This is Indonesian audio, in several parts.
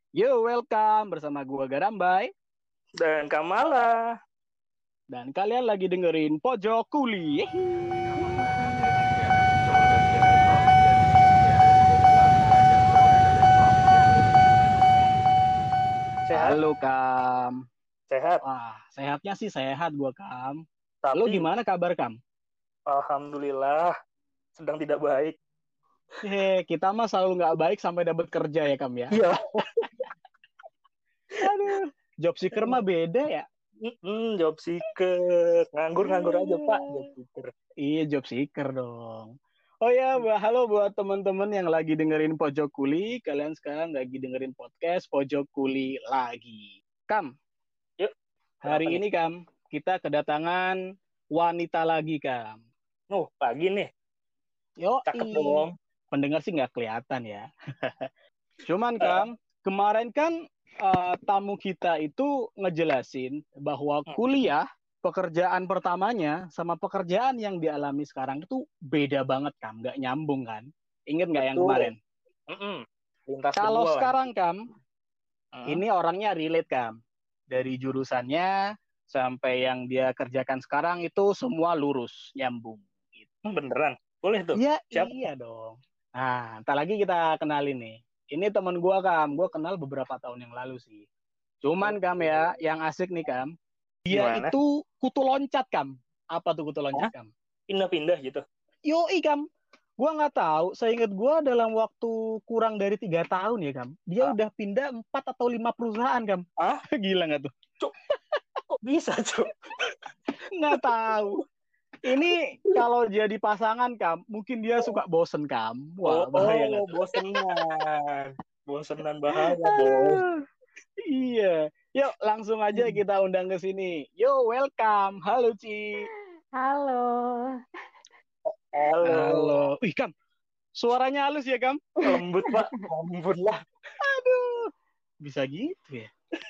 Yo, welcome bersama gua Garambai Dan Kamala. dan kalian lagi dengerin Pojok Kuli. Yeay. Sehat? Halo Kam. Sehat. Wah, sehatnya sih sehat gua Kam. Lo Tapi gimana kabar Kam? alhamdulillah sedang tidak baik. Kita mah selalu nggak baik sampai dapat kerja ya Kam ya. Iya. Aduh, job seeker mah beda ya. Job seeker. Nganggur-nganggur aja, Pak. Job seeker. Iya, job seeker dong. Oh ya, halo buat teman-teman yang lagi dengerin Pojok Kuli. Kalian sekarang lagi dengerin podcast Pojok Kuli lagi. Kam, Yuk, kenapa hari nih? ini Kam, kita kedatangan wanita lagi Kam. Pagi nih. Cakep Yoi, dong. pendengar sih nggak kelihatan ya. Cuman Kam, kemarin kan tamu kita itu ngejelasin bahwa Hmm, kuliah pekerjaan pertamanya sama pekerjaan yang dialami sekarang itu beda banget Kam, nggak nyambung kan? Ingat nggak yang betul. kemarin? Lintas Kalau benua lagi. sekarang Kam, Hmm, ini orangnya relate Kam. Dari jurusannya sampai yang dia kerjakan sekarang itu semua lurus, nyambung. Gitu. Beneran. Boleh tuh. Iya, Siapa? iya dong. Nah, ntar lagi kita kenalin nih. Ini temen gua Kam, gua kenal beberapa tahun yang lalu sih. Cuman Kam Oke. ya, yang asik nih Kam, dia Gimana? itu kutu loncat Kam. Apa tuh kutu loncat Hah? Kam? Pindah-pindah gitu. Yoi Kam, gua nggak tahu. Seingat gua dalam waktu kurang dari 3 tahun ya Kam, dia Ah, udah pindah 4 atau 5 perusahaan Kam. ah? Gila nggak tuh? Cuk, kok bisa, Cuk? Nggak tahu. Ini kalau jadi pasangan Kam, mungkin dia suka bosen Kam. Wah, bahaya nggak tuh? Bosenan. Bosenan bahaya, Bos. Aduh, iya. Yuk, langsung aja kita undang ke sini. Yo, welcome. Halo, Ci. Halo. Halo. Halo. Wih, Kam. Suaranya halus ya, Kam? Lembut, Pak. Lembut lah. Aduh, bisa gitu ya.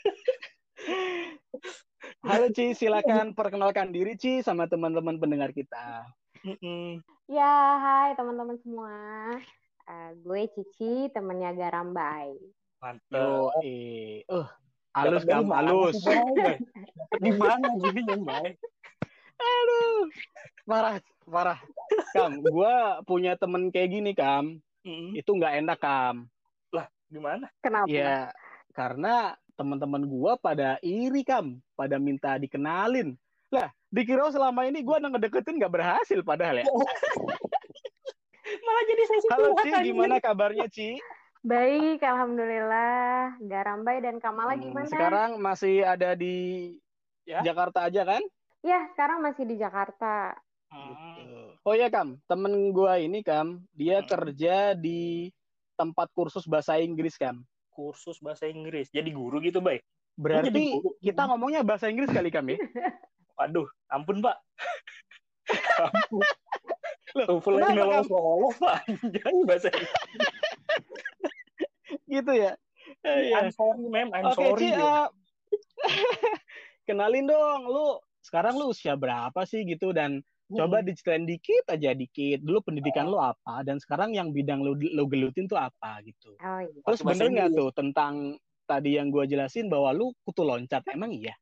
Halo, Ci. Silakan perkenalkan diri, Ci, sama teman-teman pendengar kita. Mm-mm. Ya, hai teman-teman semua. Gue Cici, temennya Garambai. Yo, Mantap. Dapat halus, dari Kam. mana Halus. sih, Bay? Dapat di mana gini, Bay? Aduh, parah, parah. Kam, gue punya temen kayak gini, Kam. Mm-mm. Itu nggak enak, Kam. Lah, gimana? Kenapa? Ya, karena teman-teman gua pada iri Kam, pada minta dikenalin. Lah, dikira selama ini gua ngedeketin nggak berhasil padahal ya. Malah jadi sesi Halo curhat, Ci, anjir. gimana kabarnya Ci? Baik, alhamdulillah. Garambai dan Kamala gimana? Sekarang masih ada di Ya. Jakarta aja kan? Ya, sekarang masih di Jakarta. Gitu. Mm. Oh ya Kam, temen gua ini Kam, dia Mm. kerja di tempat kursus bahasa Inggris Kam. Kursus bahasa Inggris. Jadi guru gitu, Bay? Lu jadi Berarti guru? kita ngomongnya bahasa Inggris kali Kam ya? Waduh, ampun, Pak. Ampun. Loh, TOEFL aja kenapa nggak Kam? lolos, Pak. Jadi bahasa Inggris. Gitu ya? Iya. I'm sorry, ma'am. I'm Oke sorry. Ci, kenalin dong, sekarang lu usia berapa sih gitu dan coba Mm-mm. diceritain dikit aja dikit. Dulu pendidikan Ah, lu apa dan sekarang yang bidang lu gelutin tuh apa gitu. Oh iya. Terus Pakai bahasa bener nggak Inggris. tuh tentang tadi yang gue jelasin bahwa lu kutu loncat? Emang iya?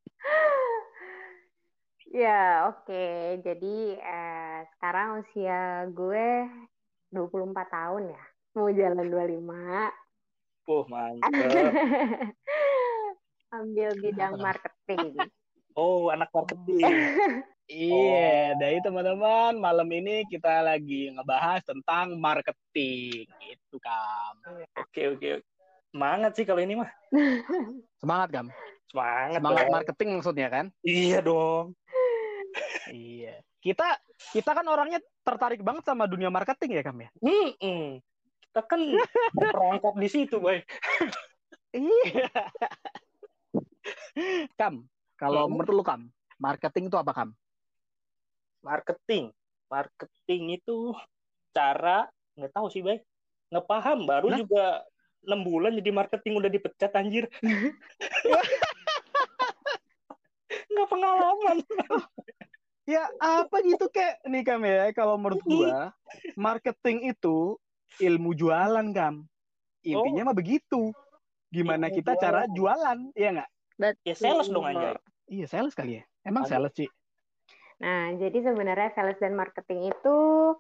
Ya, oke. Jadi sekarang usia gue 24 tahun ya. Mau jalan 25. Mantep. Ambil bidang marketing. Oh, anak marketing. Iya, Oh, dari teman-teman malam ini kita lagi ngebahas tentang marketing gitu Kam. oke, oke. Semangat sih kalau ini mah. Semangat Kam. Semangat Semangat dong. marketing maksudnya kan? Iya dong. Iya. Kita kan orangnya tertarik banget sama dunia marketing ya, Kam ya? Mm-mm. Kita kan perangkap di situ, boy. Iya. Kam, kalau Mm-mm. menurut lu Kam, marketing itu apa Kam? Marketing. Marketing itu cara, nggak tahu sih, boy. Nggak paham, baru Lah, juga 6 bulan jadi marketing udah dipecat, anjir. Nggak pengalaman. ya apa gitu kayak nih Kam ya, kalau menurut gua, marketing itu ilmu jualan Kam. Oh, Intinya mah begitu. gimana Ilmu kita cara jualan. jualan, iya nggak? Ya sales dong Anjay. Iya, sales kali ya. Emang Ada. sales, Ci? Nah, jadi sebenarnya sales dan marketing itu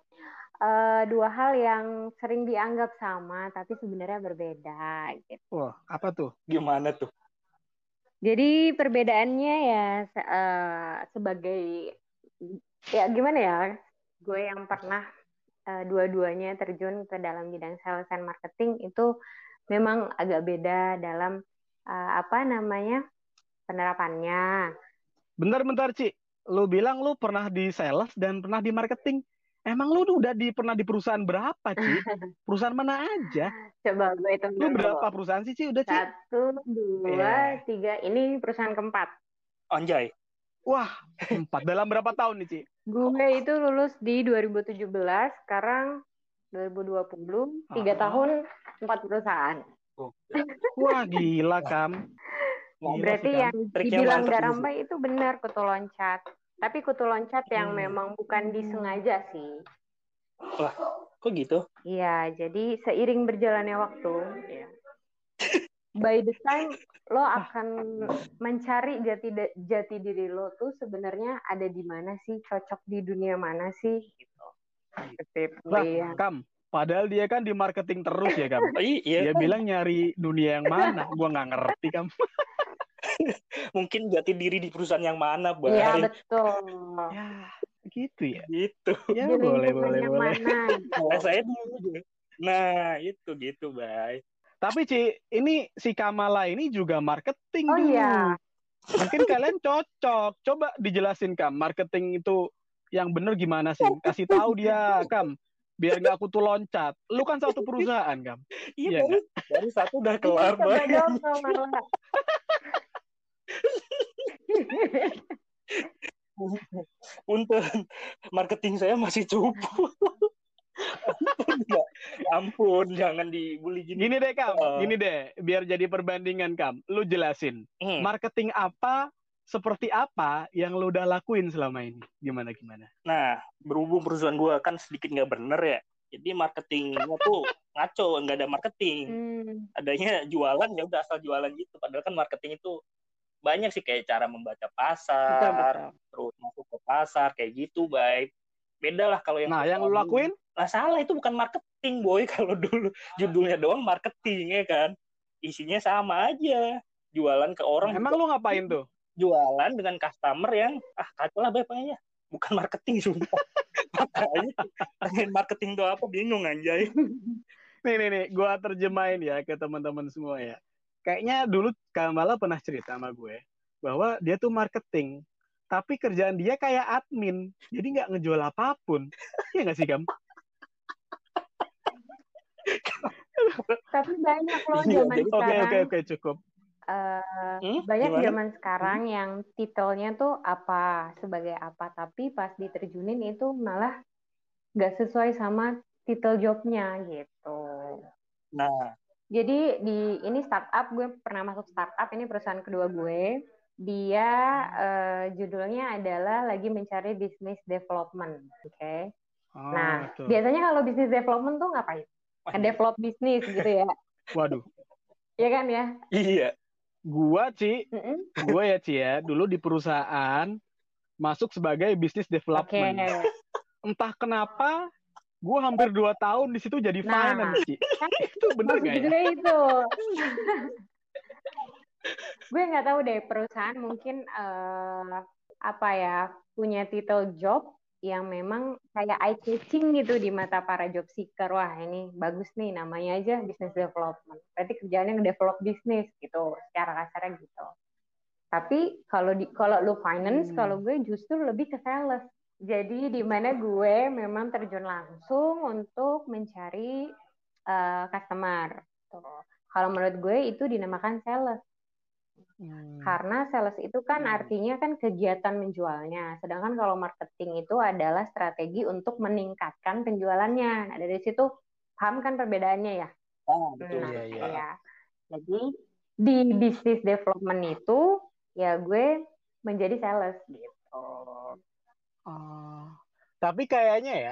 dua hal yang sering dianggap sama, tapi sebenarnya berbeda. Gitu. Wah, apa tuh? Gimana tuh? Jadi perbedaannya ya sebagai ya gimana ya? Gue yang pernah dua-duanya terjun ke dalam bidang sales dan marketing itu memang agak beda dalam apa namanya penerapannya. Bentar, Ci. Lu bilang lu pernah di sales dan pernah di marketing. Emang lu udah pernah di perusahaan berapa, Ci? Perusahaan mana aja? Coba gue hitung Lu dulu. berapa perusahaan sih, Ci? Udah, Ci? 1, 2, Ya. 3. Ini perusahaan keempat. Anjay. Wah, 4. Dalam berapa tahun nih, Ci? Gue itu lulus di 2017, sekarang 2020, 3 tahun, 4 perusahaan. Wah, gila, Kam. Gila Berarti sih, Kam. yang Triknya dibilang mantep gak juga sih. rampai itu benar kutu loncat. Tapi kutu loncat yang memang bukan disengaja sih. Wah, kok gitu? Iya, jadi seiring berjalannya waktu, ya, by the time lo akan mencari jati diri lo tuh sebenarnya ada di mana sih, cocok di dunia mana sih, gitu. Lah, Iya. Kam. Padahal dia kan di marketing terus ya, Kam. Oh, iya. Dia bilang nyari dunia yang mana. Gua nggak ngerti, Kam. Mungkin jati diri di perusahaan yang mana, Bay? Iya, betul. Ya, gitu ya. Gitu. Ya, Di boleh. lingkungan yang mana? Nah, saya dulu. Nah, itu gitu, Bay. Tapi, Ci, ini si Kamala ini juga marketing Oh dulu. iya. Mungkin kalian cocok. Coba dijelasin, Kam. Marketing itu yang bener gimana sih? Kasih tahu dia, Kam. Biar nggak kutu loncat. Lu kan satu perusahaan, Kam. Iya, nggak? baru satu udah kelar, Coba Bay. dong, Kamala. Punten, marketing saya masih cupu. Ampun, jangan dibully gini. Gini deh, Kam. Gini deh, biar jadi perbandingan, Kam. Lu jelasin. Marketing apa, seperti apa yang lu udah lakuin selama ini? Gimana? Nah, berhubung perusahaan gue kan sedikit nggak bener ya. Jadi marketingnya tuh ngaco, nggak ada marketing. Adanya jualan, ya udah asal jualan gitu. Padahal kan marketing itu banyak sih, kayak cara membaca pasar, Betul. terus masuk ke pasar, kayak gitu, baik. Beda lah kalau yang... Nah, yang lu lakuin? Nah, salah, itu bukan marketing, boy. Kalau dulu judulnya doang marketing, ya kan? Isinya sama aja. Jualan ke orang. Emang lu ngapain tuh? Jualan dengan customer yang, kacau lah, baik-baiknya. Bukan marketing, sumpah. Makanya, tanyain marketing itu apa, bingung, anjay. Nih, gue terjemahin ya ke teman-teman semua ya. Kayaknya dulu Kamala pernah cerita sama gue bahwa dia tuh marketing, tapi kerjaan dia kayak admin, jadi nggak ngejual apapun. Iya nggak sih, Kam? Tapi banyak loh zaman sekarang. Oke, cukup. Banyak Gimana? zaman sekarang yang titelnya tuh apa sebagai apa, tapi pas diterjunin itu malah nggak sesuai sama titel jobnya gitu. Nah, jadi ini startup, gue pernah masuk startup, ini perusahaan kedua gue. Dia judulnya adalah lagi mencari business development, oke? Nah, betul. biasanya kalau business development tuh ngapain? Develop bisnis gitu ya. Waduh. Iya kan ya? Iya. Gue ya, Ci ya, dulu di perusahaan masuk sebagai business development. Entah kenapa gue hampir 2 tahun di situ jadi finance, Ci. Itu bener nggak ya? Itu. Gue nggak tahu deh, perusahaan mungkin punya title job yang memang kayak eye catching gitu di mata para job seeker. Wah, ini bagus nih, namanya aja business development. Berarti kerjaannya nge-develop bisnis gitu, secara kasarnya gitu. Tapi kalau lu finance, kalau gue justru lebih ke sales. Jadi di mana gue memang terjun langsung untuk mencari customer. Kalau menurut gue itu dinamakan sales. Karena sales itu kan artinya kan kegiatan menjualnya. Sedangkan kalau marketing itu adalah strategi untuk meningkatkan penjualannya. Nah, dari situ paham kan perbedaannya ya? Betul. Iya. Jadi di business development itu ya gue menjadi sales gitu. Tapi kayaknya ya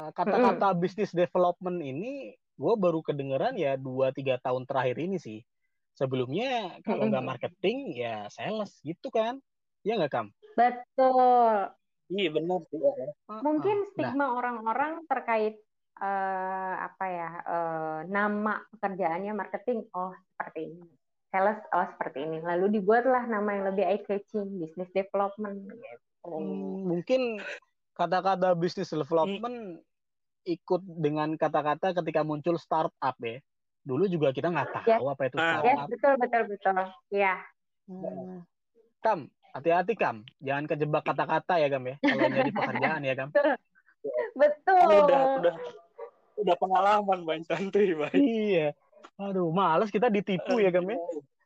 kata-kata business development ini gue baru kedengeran ya 2-3 tahun terakhir ini sih. Sebelumnya kalau nggak marketing ya sales gitu kan? Iya nggak, Kam? Betul. Iya benar sih. Mungkin stigma orang-orang terkait nama pekerjaannya marketing, oh seperti ini, sales oh seperti ini, lalu dibuatlah nama yang lebih eye catching, business development gitu. Mungkin kata-kata business development ikut dengan kata-kata ketika muncul startup ya. Dulu juga kita nggak tahu apa itu startup. Betul. Ya. Kam, hati-hati Kam, jangan kejebak kata-kata ya Kam ya. Kalau nyari pekerjaan ya Kam. Betul. Udah pengalaman Bang, santuy Bang. Iya. Aduh, males kita ditipu ya Kam ya.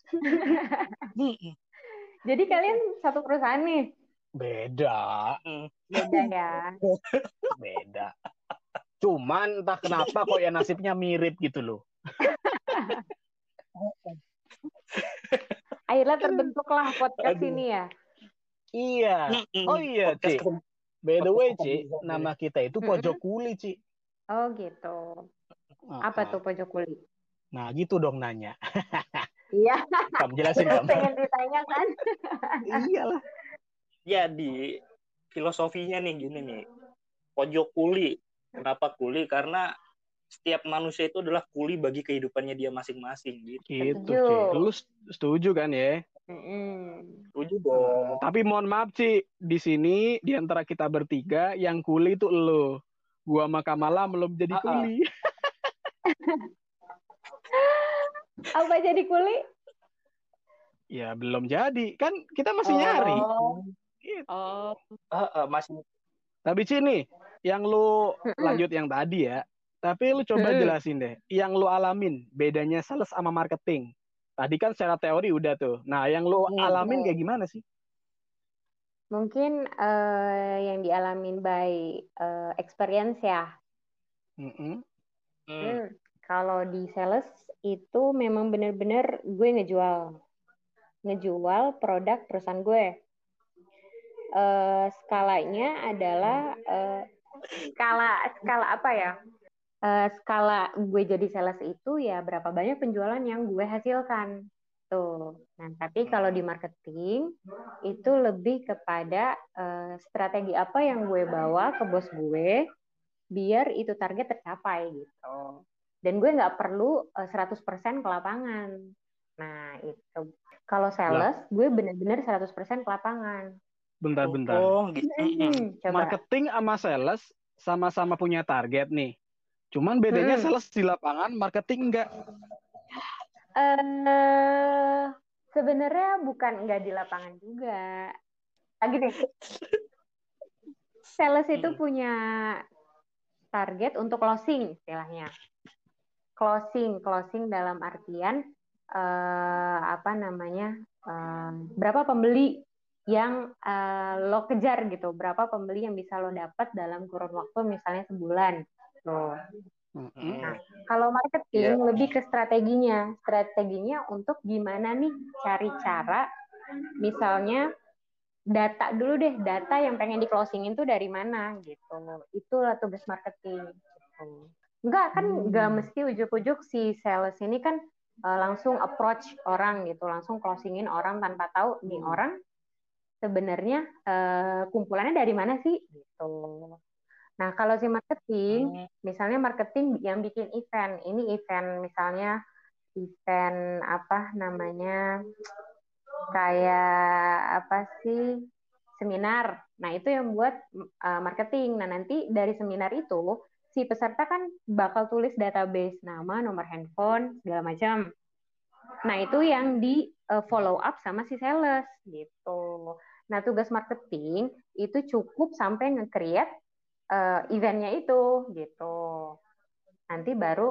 Jadi kalian satu perusahaan nih? Beda ya. Beda. Cuman entah kenapa kok ya nasibnya mirip gitu loh. Akhirnya terbentuklah podcast ini ya. Iya. Oh iya, Ci. By the way, Ci, nama kita itu Pojok Kuli, Ci. Oh gitu. Apa tuh Pojok Kuli? Nah, gitu dong nanya. Iya. Kamu jelasin, Kamu. Pengen ditanya kan? Iyalah. Jadi filosofinya nih gini nih. Pojok kuli. Kenapa kuli? Karena setiap manusia itu adalah kuli bagi kehidupannya dia masing-masing gitu. Gitu, Ci. Lu setuju kan ya? Setuju dong. Tapi mohon maaf, Ci. Di sini di antara kita bertiga yang kuli itu lo. Gua sama Kamala belum jadi kuli. Apa jadi kuli? Ya belum jadi. Kan kita masih nyari. Gitu. Masih. Tapi Ci nih, yang lu lanjut yang tadi ya. Tapi lu coba jelasin deh, yang lu alamin bedanya sales sama marketing. Tadi kan secara teori udah tuh. Nah, yang lu alamin kayak gimana sih? Mungkin yang dialamin by experience ya. Kalau di sales itu memang benar-benar gue ngejual produk perusahaan gue. Skalanya adalah skala apa ya? Skala gue jadi sales itu ya berapa banyak penjualan yang gue hasilkan tuh. Nah, tapi kalau di marketing itu lebih kepada strategi apa yang gue bawa ke bos gue biar itu target tercapai gitu. Dan gue nggak perlu 100% ke lapangan. Nah, itu. Kalau sales, gue benar-benar 100% ke lapangan. Bentar. Marketing sama sales sama-sama punya target nih. Cuman bedanya sales di lapangan, marketing enggak. Sebenarnya bukan enggak di lapangan juga. Lagi deh. Sales itu punya target untuk closing istilahnya. Closing dalam artian berapa pembeli yang lo kejar gitu, berapa pembeli yang bisa lo dapat dalam kurun waktu misalnya sebulan. Tuh. Nah, kalau marketing lebih ke strateginya untuk gimana nih cari cara, misalnya data yang pengen di closingin tuh dari mana gitu. Itulah tugas marketing. Gitu. Enggak mesti ujuk-ujuk si sales ini kan langsung approach orang gitu, langsung closingin orang tanpa tahu nih orang sebenarnya kumpulannya dari mana sih gitu. Nah, kalau si marketing, misalnya marketing yang bikin event, ini event misalnya event seminar. Nah, itu yang buat marketing. Nah, nanti dari seminar itu si peserta kan bakal tulis database nama, nomor handphone, segala macam. Nah, itu yang di follow up sama si sales gitu. Nah, tugas marketing itu cukup sampai nge-create eventnya itu gitu. Nanti baru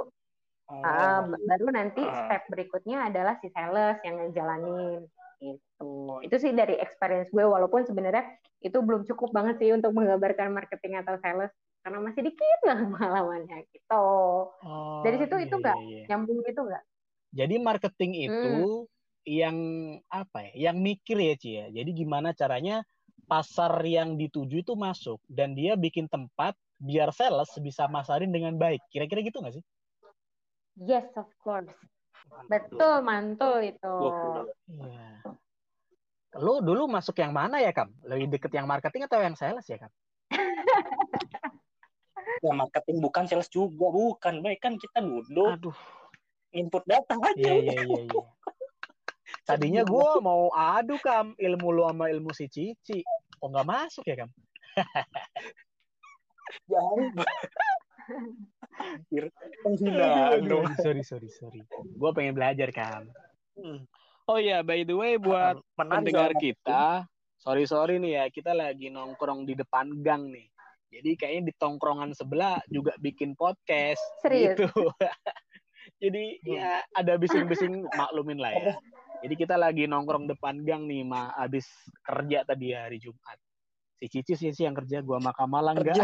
step berikutnya adalah si sales yang ngejalanin gitu. Itu sih dari experience gue, walaupun sebenarnya itu belum cukup banget sih untuk menggambarkan marketing atau sales karena masih dikit lah pengalamannya gitu. Dari situ itu nggak nyambung gitu nggak? Jadi marketing itu yang apa ya? Yang mikir ya Ci ya. Jadi gimana caranya pasar yang dituju itu masuk dan dia bikin tempat biar sales bisa masarin dengan baik. Kira-kira gitu nggak sih? Yes, of course. Betul, mantul itu. Iya. Lu dulu masuk yang mana ya, Kam? Lebih deket yang marketing atau yang sales ya, Kam? Ya marketing bukan sales juga, bukan. Baik kan kita duduk. Aduh. Input data aja. Iya. Tadinya gue mau adu, Kam, ilmu lu sama ilmu si Cici. Oh, nggak masuk ya, Kam? Jauh. Penghinaan dong. Sorry. Gue pengen belajar, Kam. Oh iya, by the way, buat pendengar kita, sorry nih ya, kita lagi nongkrong di depan gang nih. Jadi kayaknya di tongkrongan sebelah juga bikin podcast. Serius? Gitu. Jadi ya ada bising-bising, maklumin lah ya. Jadi kita lagi nongkrong depan gang nih, abis kerja tadi hari Jumat. Si Cici sih yang kerja, gua sama Kamal enggak.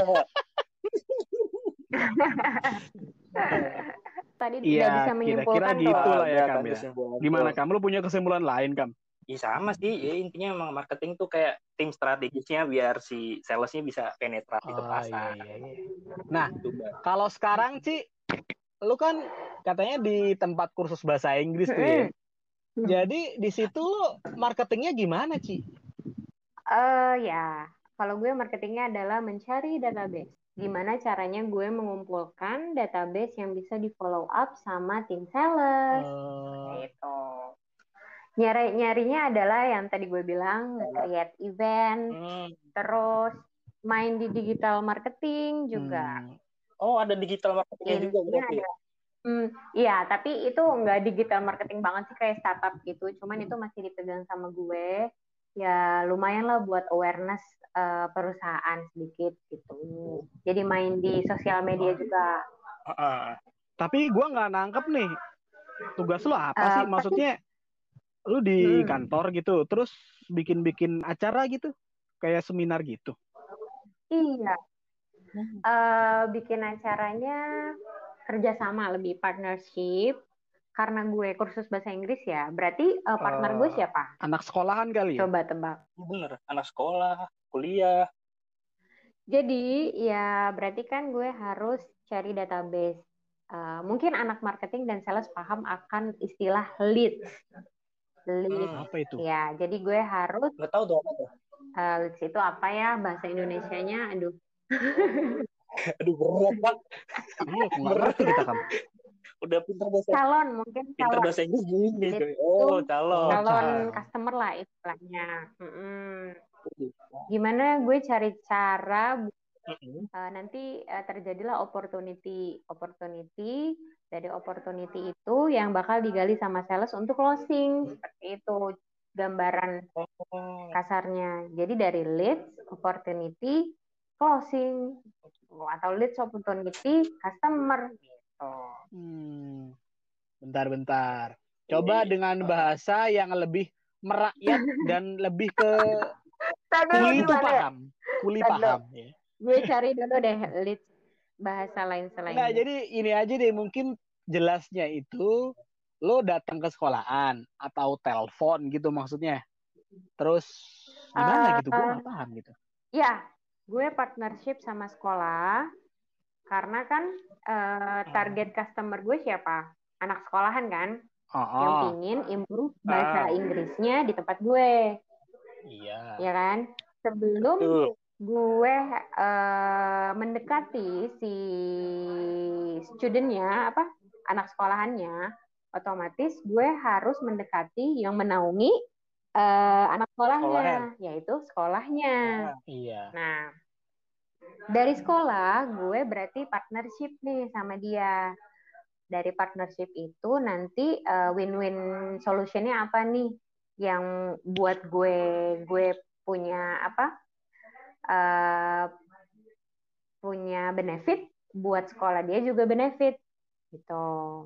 Tadi tidak bisa menyimpulkan kira-kira gitu lah ya, Kam ya. Gimana, Kam? Lu punya kesimpulan lain, Kam? Ya sama sih, ya intinya emang marketing tuh kayak tim strategisnya biar si salesnya bisa penetrasi ke pasar. Iya. Nah, kalau sekarang Ci, lu kan katanya di tempat kursus bahasa Inggris tuh ya. Jadi di situ lu marketingnya gimana, Ci? Ya, kalau gue marketingnya adalah mencari database. Gimana caranya gue mengumpulkan database yang bisa di follow up sama tim sales. Gitu. Nyarinya adalah yang tadi gue bilang, create event, terus main di digital marketing juga. Oh, ada digital marketing juga berarti. Iya, tapi itu nggak digital marketing banget sih, kayak startup gitu. Cuman itu masih dipegang sama gue. Ya lumayan lah buat awareness perusahaan sedikit gitu. Jadi main di sosial media juga. Tapi gue nggak nangkep nih, tugas lo apa sih? Maksudnya lu di kantor gitu, terus bikin acara gitu, kayak seminar gitu? Iya. Bikin acaranya kerjasama, lebih partnership. Karena gue kursus bahasa Inggris ya, berarti partner gue siapa? Anak sekolahan kali ya? Coba tebak. Bener, anak sekolah, kuliah. Jadi ya berarti kan gue harus cari database. Mungkin anak marketing dan sales paham akan istilah leads. Apa itu? Ya, jadi gue harus. Nggak tahu tuh apa tuh. Leads itu apa ya bahasa Indonesianya? Aduh. Aduh berat Pak. Iya, nggak ngerti kita, Kam. Udah pintar bahasa. Calon mungkin. Pintar bahasa Inggris gini. Calon customer lah istilahnya. Gimana gue cari cara nanti terjadilah opportunity dari opportunity itu yang bakal digali sama sales untuk closing, seperti itu gambaran kasarnya. Jadi dari leads, opportunity, closing, atau leads, opportunity, customer gitu. Bentar. Coba dengan bahasa yang lebih merakyat dan lebih ke kuli itu paham. Kuli paham ya. Gue cari dulu deh leads bahasa lain selain. Nah, jadi ini aja deh, mungkin jelasnya itu lo datang ke sekolahan atau telepon gitu maksudnya. Terus gimana gitu, gue nggak paham gitu. Ya, gue partnership sama sekolah karena kan target customer gue siapa? Anak sekolahan kan? Yang ingin improve bahasa Inggrisnya di tempat gue. Iya. Ya kan? Sebelum gue mendekati si studentnya, anak sekolahannya, otomatis gue harus mendekati yang menaungi anak sekolahnya, yaitu sekolahnya. Iya. Nah, dari sekolah gue berarti partnership nih sama dia. Dari partnership itu nanti win-win solutionnya apa nih yang buat gue punya punya benefit, buat sekolah dia juga benefit gitu.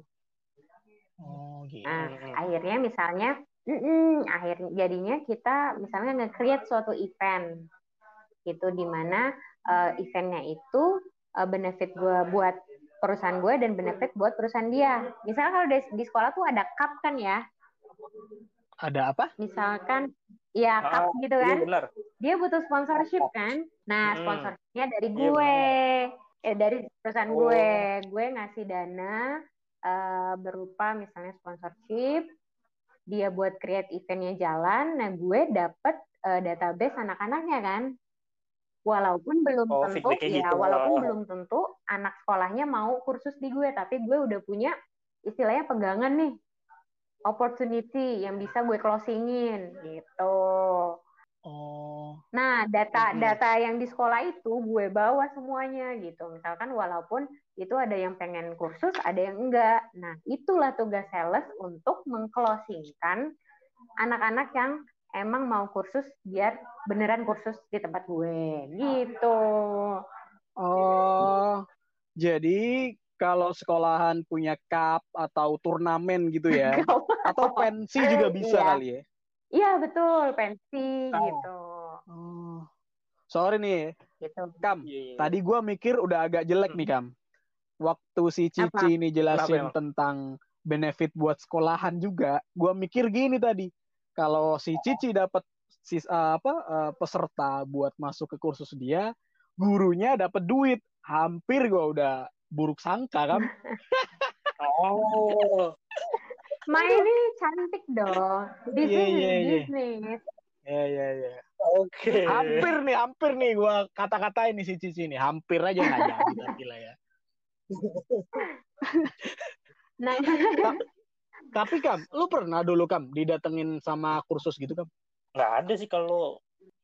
Gitu. Nah, akhirnya misalnya akhirnya jadinya kita misalnya nge-create suatu event gitu, di mana eventnya itu benefit gue buat perusahaan gue dan benefit buat perusahaan dia. Misalnya kalau di sekolah tuh ada cup kan ya. Ada apa? Misalkan ya cup gitu kan. Benar. Dia butuh sponsorship kan. Nah, sponsorshipnya dari gue. Dari perusahaan gue ngasih dana berupa misalnya sponsorship, dia buat create eventnya jalan, nah gue dapet database anak-anaknya kan. Walaupun belum tentu ya, gitu. Walaupun belum tentu anak sekolahnya mau kursus di gue, tapi gue udah punya istilahnya pegangan nih, opportunity yang bisa gue closingin gitu. Nah, data yang di sekolah itu gue bawa semuanya gitu. Misalkan walaupun itu ada yang pengen kursus, ada yang enggak. Nah, itulah tugas sales untuk mengclosingkan anak-anak yang emang mau kursus biar beneran kursus di tempat gue gitu. Oh, jadi kalau sekolahan punya cup atau turnamen gitu ya, atau pensi juga bisa kali ya? Iya betul, pensi gitu. Oh. Sorry nih, gitu. Kam. Tadi gue mikir udah agak jelek nih, Kam. Waktu si Cici ini jelasin tentang benefit buat sekolahan juga, gue mikir gini tadi. Kalau si Cici dapat peserta buat masuk ke kursus dia, gurunya dapat duit. Hampir gue udah buruk sangka, Kam. Ma ini cantik dong. Bisnis. Iya. Oke. Hampir nih gue kata-katain nih si Cici nih. Hampir aja nggak jadi tapi lah ya. Nah. Tapi Kam, lu pernah dulu Kam didatengin sama kursus gitu Kam? Nggak ada sih kalau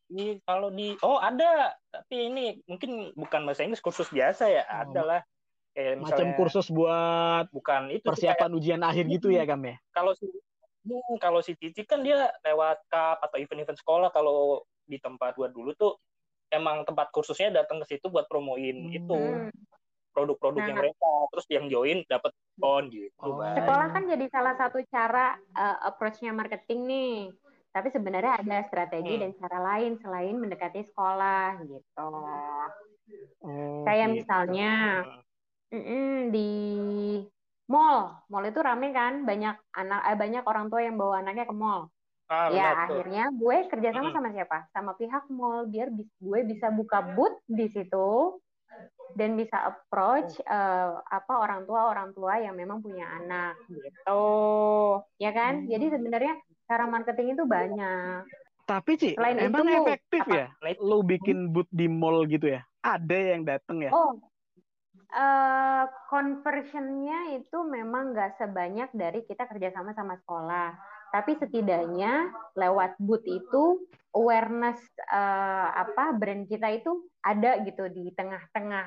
ada, tapi ini mungkin bukan bahasa Inggris, kursus biasa ya, ada lah. Kayak misalnya macam kursus buat bukan itu persiapan kayak, ujian akhir gitu ya Kam ya? Kalau si Cici kan dia lewat cup atau event-event sekolah. Kalau di tempat gua dulu tuh emang tempat kursusnya datang ke situ buat promoin itu produk-produknya mereka, terus yang join dapat diskon gitu. Sekolah kan jadi salah satu cara approach-nya marketing nih. Tapi sebenarnya ada strategi dan cara lain selain mendekati sekolah gitu. Kayak gitu. Misalnya di mall itu rame kan, banyak orang tua yang bawa anaknya ke mall. Akhirnya gue kerjasama sama siapa? Sama pihak mall biar gue bisa buka booth di situ dan bisa approach orang tua yang memang punya anak gitu, ya kan? Jadi sebenarnya cara marketing itu banyak. Tapi Ci, emang itu, efektif ya? Lu bikin booth di mall gitu ya? Ada yang datang ya? Conversionnya itu memang nggak sebanyak dari kita kerjasama sama sekolah. Tapi setidaknya lewat booth itu awareness brand kita itu ada gitu di tengah-tengah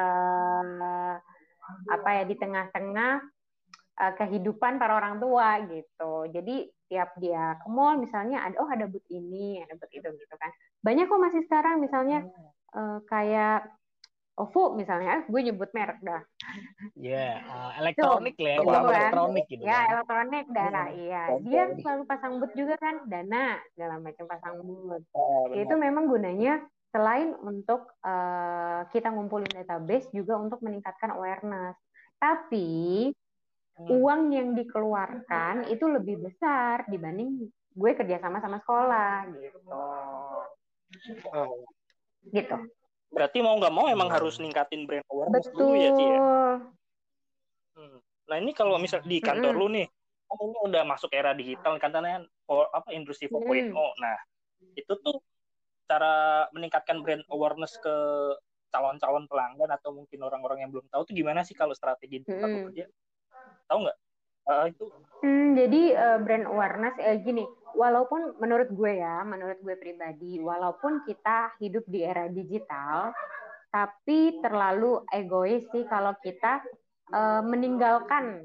di tengah-tengah kehidupan para orang tua gitu. Jadi tiap dia ke mall misalnya ada booth ini, ada booth itu gitu kan. Banyak kok masih sekarang misalnya kayak OVO misalnya, gue nyebut merek dah. Elektronik lah, elektronik gitu. Ya, elektronik dah, iya. Dia selalu pasang booth juga kan, Dana, segala macam pasang booth. Itu memang gunanya selain untuk kita ngumpulin database, juga untuk meningkatkan awareness. Tapi uang yang dikeluarkan itu lebih besar dibanding gue kerjasama sama sekolah gitu. Gitu. Berarti mau nggak mau emang harus ningkatin brand awareness dulu ya Ci ya. Nah ini kalau misal di kantor lu nih, ini udah masuk era digital katanya industri 4.0. Nah itu tuh cara meningkatkan brand awareness ke calon-calon pelanggan atau mungkin orang-orang yang belum tahu tuh gimana sih kalau strategi tempat lu kerja? Tahu nggak? Itu. Jadi brand awareness gini, walaupun menurut gue pribadi, walaupun kita hidup di era digital, tapi terlalu egois sih kalau kita meninggalkan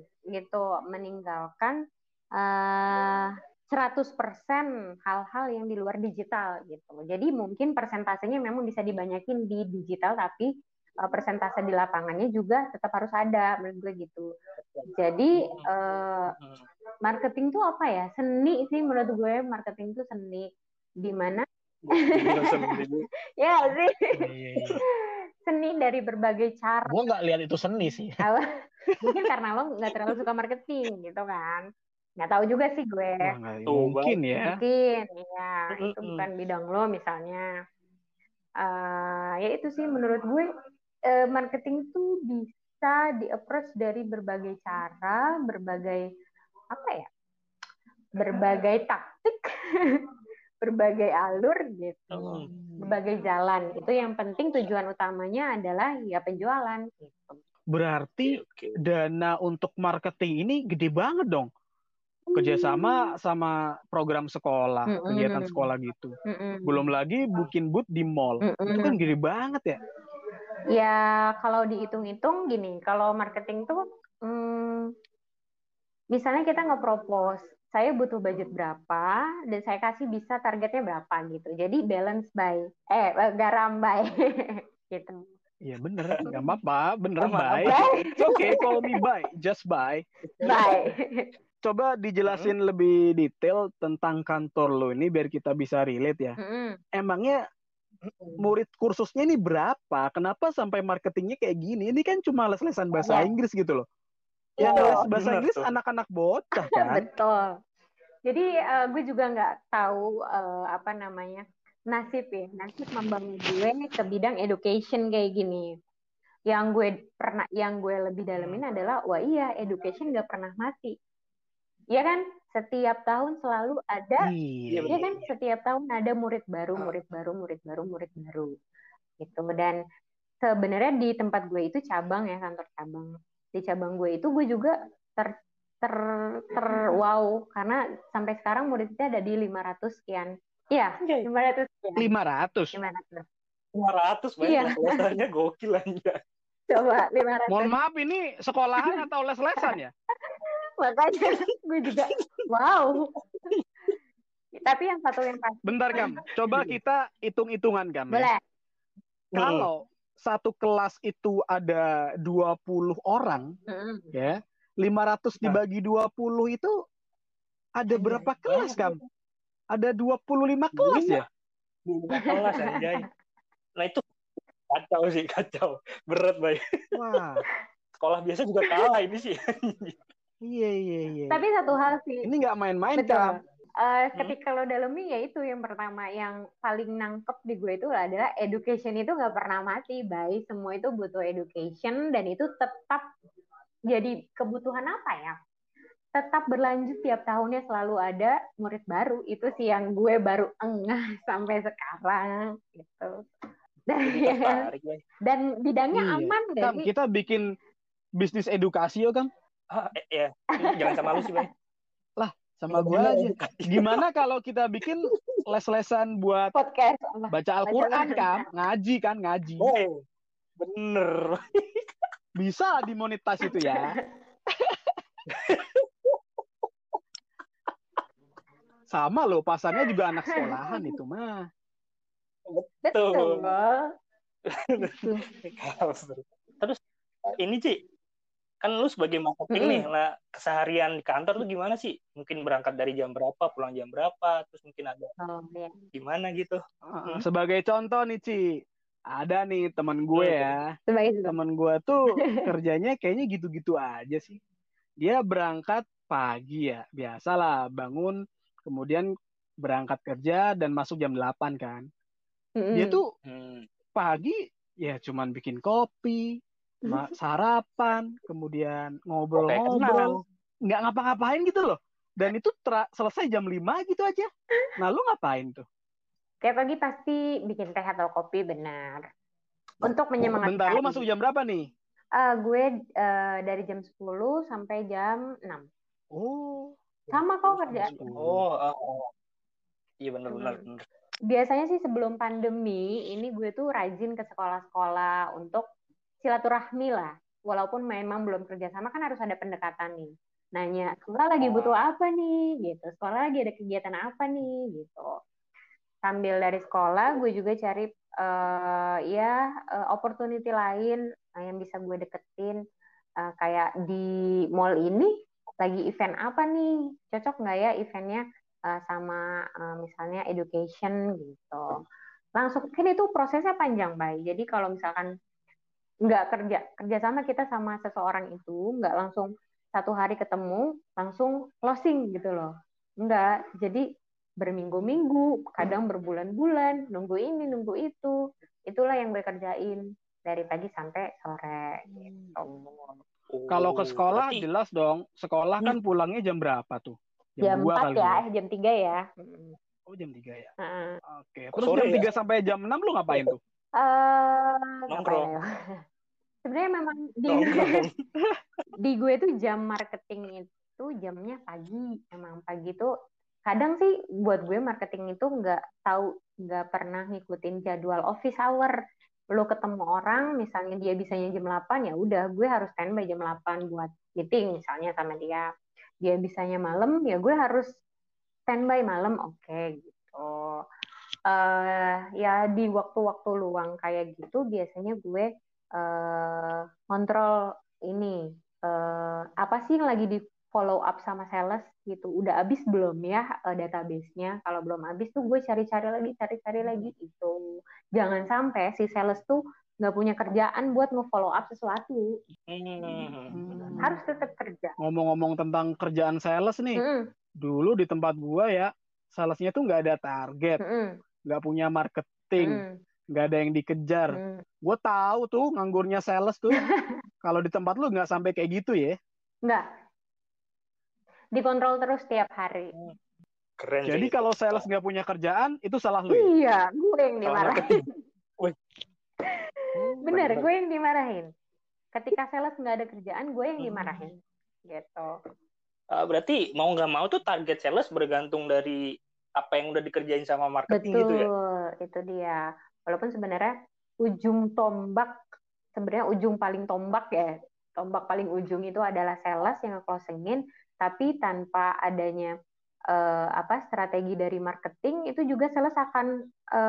100% hal-hal yang di luar digital gitu. Jadi mungkin persentasenya memang bisa dibanyakin di digital, tapi persentase di lapangannya juga tetap harus ada, menurut gue gitu. Jadi marketing tuh apa ya? Seni sih menurut gue. Marketing tuh seni, di mana ya sih. Seni dari berbagai cara. Gue nggak lihat itu seni sih. Mungkin karena lo nggak terlalu suka marketing gitu kan. Nggak tahu juga sih gue. Mungkin ya. Mungkin ya, itu bukan bidang lo misalnya. Ya itu sih menurut gue marketing tuh bisa bisa di-approach dari berbagai cara, berbagai taktik, berbagai alur gitu, berbagai jalan. Itu yang penting tujuan utamanya adalah ya penjualan gitu. Berarti dana untuk marketing ini gede banget dong. Kerjasama sama program sekolah, kegiatan sekolah gitu. Belum lagi bikin booth di mall. Itu kan gede banget ya. Ya kalau dihitung-hitung gini, kalau marketing tuh misalnya kita nge-propose, saya butuh budget berapa dan saya kasih bisa targetnya berapa gitu. Jadi balance by garam by gitu. Iya bener, nggak apa-apa, bener by. Oke, call me by, just by. By. Coba dijelasin lebih detail tentang kantor lo ini biar kita bisa relate ya. Emangnya murid kursusnya ini berapa? Kenapa sampai marketingnya kayak gini? Ini kan cuma les-lesan bahasa Inggris gitu loh. Yang les bahasa Inggris anak-anak bocah kan? Betul. Jadi gue juga nggak tahu nasib membawa gue ke bidang education kayak gini. Yang gue lebih dalemin adalah education nggak pernah mati. Ya kan, setiap tahun selalu ada, setiap tahun ada murid baru gitu. Dan sebenarnya di tempat gue itu cabang ya, kantor cabang. Di cabang gue itu gue juga wow karena sampai sekarang muridnya ada di 500 sekian. Iya, 500 sekian. 500 banyak les-lesannya gokil aja. Coba 500. Mohon maaf, ini sekolahan atau les-lesan ya? Makanya gue juga wow. Tapi yang satu yang pasti. Bentar Kam, coba kita hitung-hitungan Kam. Boleh. Kalau satu kelas itu ada 20 orang, ya, 500 dibagi 20 itu ada berapa kelas Kam? Ada 25 kelas ya? 25 kelas anjay. Nah itu kacau. Berat banget. Wah. Sekolah biasa juga kalah ini sih. Iya. Tapi satu hal sih. Ini nggak main-main kan? Ketika lo dalemi ya itu yang pertama yang paling nangkep di gue itu adalah education itu nggak pernah mati, Bay. Semua itu butuh education dan itu tetap jadi kebutuhan apa ya? Tetap berlanjut tiap tahunnya selalu ada murid baru. Itu sih yang gue baru engah sampai sekarang gitu. Dan bidangnya aman Kam, kita bikin bisnis edukasi Kam. Ya, jangan sama lu sih, Bay. Lah, sama gue aja. Gimana kalau kita bikin les-lesan buat podcast baca Al-Quran, Kam? Ngaji kan, ngaji. Oh, bener. Bisa dimonetize itu ya. Sama loh, pasarnya juga anak sekolahan itu mah. Betul. Terus ini Ci, kan lu sebagai marketing nih, lah keseharian di kantor tuh gimana sih? Mungkin berangkat dari jam berapa, pulang jam berapa, terus mungkin ada gimana gitu? Sebagai contoh nih Ci, ada nih teman gue ya. Teman gue tuh kerjanya kayaknya gitu-gitu aja sih. Dia berangkat pagi ya, biasalah bangun, kemudian berangkat kerja dan masuk jam 8 kan. Dia tuh pagi ya cuman bikin kopi, sarapan, kemudian ngobrol-ngobrol, nggak ngapa-ngapain gitu loh. Dan itu selesai jam 5 gitu aja. Nah, lu ngapain tuh? Tiap pagi pasti bikin teh atau kopi, benar. Untuk menyemangatkan. Bentar, lu masuk jam berapa nih? Gue dari jam 10 sampai jam 6. Oh. Sama kok kerjaan. Iya benar. Biasanya sih sebelum pandemi, ini gue tuh rajin ke sekolah-sekolah untuk silaturahmi lah. Walaupun memang belum kerjasama, kan harus ada pendekatan nih. Nanya, sekolah lagi butuh apa nih? Gitu. Sekolah lagi ada kegiatan apa nih? Gitu. Sambil dari sekolah, gue juga cari opportunity lain yang bisa gue deketin. Kayak di mall ini, lagi event apa nih? Cocok nggak ya eventnya sama misalnya education gitu. Langsung, kan itu prosesnya panjang, Bay. Jadi kalau misalkan nggak kerja sama kita sama seseorang itu nggak langsung satu hari ketemu langsung closing gitu loh, nggak. Jadi berminggu-minggu, kadang berbulan-bulan, nunggu ini nunggu itu. Itulah yang gue kerjain. dari pagi sampai sore gitu. Kalau ke sekolah berarti... jelas dong. Sekolah kan pulangnya jam berapa tuh? Jam 2 4 kali ya, jam 3 ya. Oh, jam 3 ya. Oke. Kok Terus sore jam 3 ya? sampai jam 6 lu ngapain tuh? Nongkrong. Ngapain ya? Sebenarnya memang Nongkrong. di gue tuh jam marketing itu jamnya pagi. Emang pagi tuh kadang sih buat gue marketing itu nggak pernah ngikutin jadwal office hour. Lo ketemu orang, misalnya dia bisanya jam 8, ya udah gue harus standby jam 8 buat meeting misalnya sama dia. Dia bisanya malam, ya gue harus standby malam, oke gitu. Ya di waktu-waktu luang kayak gitu biasanya gue kontrol ini apa sih yang lagi di follow up sama sales gitu. Udah habis belum ya database-nya? Kalau belum habis tuh gue cari-cari lagi itu. Jangan sampai si sales tuh nggak punya kerjaan buat nge-follow up sesuatu. Harus tetap kerja. Ngomong-ngomong tentang kerjaan sales nih, dulu di tempat gua ya, salesnya tuh nggak ada target, nggak punya marketing, nggak ada yang dikejar. Gue tahu tuh nganggurnya sales tuh. Kalau di tempat lu nggak sampai kayak gitu ya? Nggak. Dikontrol terus tiap hari. Keren. Jadi kalau sales nggak punya kerjaan, itu salah lu ya? Iya, gue yang dimarahin. Bener, gue yang dimarahin. Ketika sales nggak ada kerjaan, gue yang dimarahin. Gitu. Berarti mau nggak mau tuh target sales bergantung dari apa yang udah dikerjain sama marketing. Betul, gitu ya? Itu dia. Walaupun sebenarnya ujung paling tombak ya, tombak paling ujung itu adalah sales yang nge-closingin, tapi tanpa adanya strategi dari marketing, itu juga sales akan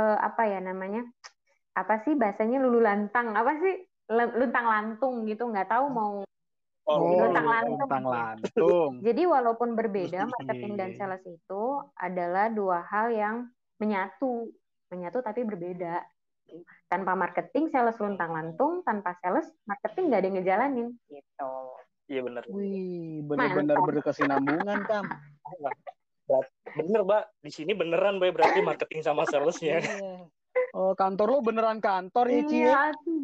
apa sih bahasanya luntang lantung gitu, nggak tahu mau luntang lantung. Jadi walaupun berbeda, marketing dan sales itu adalah dua hal yang menyatu tapi berbeda. Tanpa marketing sales luntang lantung, tanpa sales marketing nggak ada yang ngejalanin gitu. Iya benar. Wih, benar-benar berkesinambungan, Kam. Bener, Mbak. Di sini beneran, Mbak, berarti marketing sama salesnya. Oh, kantor lo beneran kantor ya, Ci? Iya, tuh,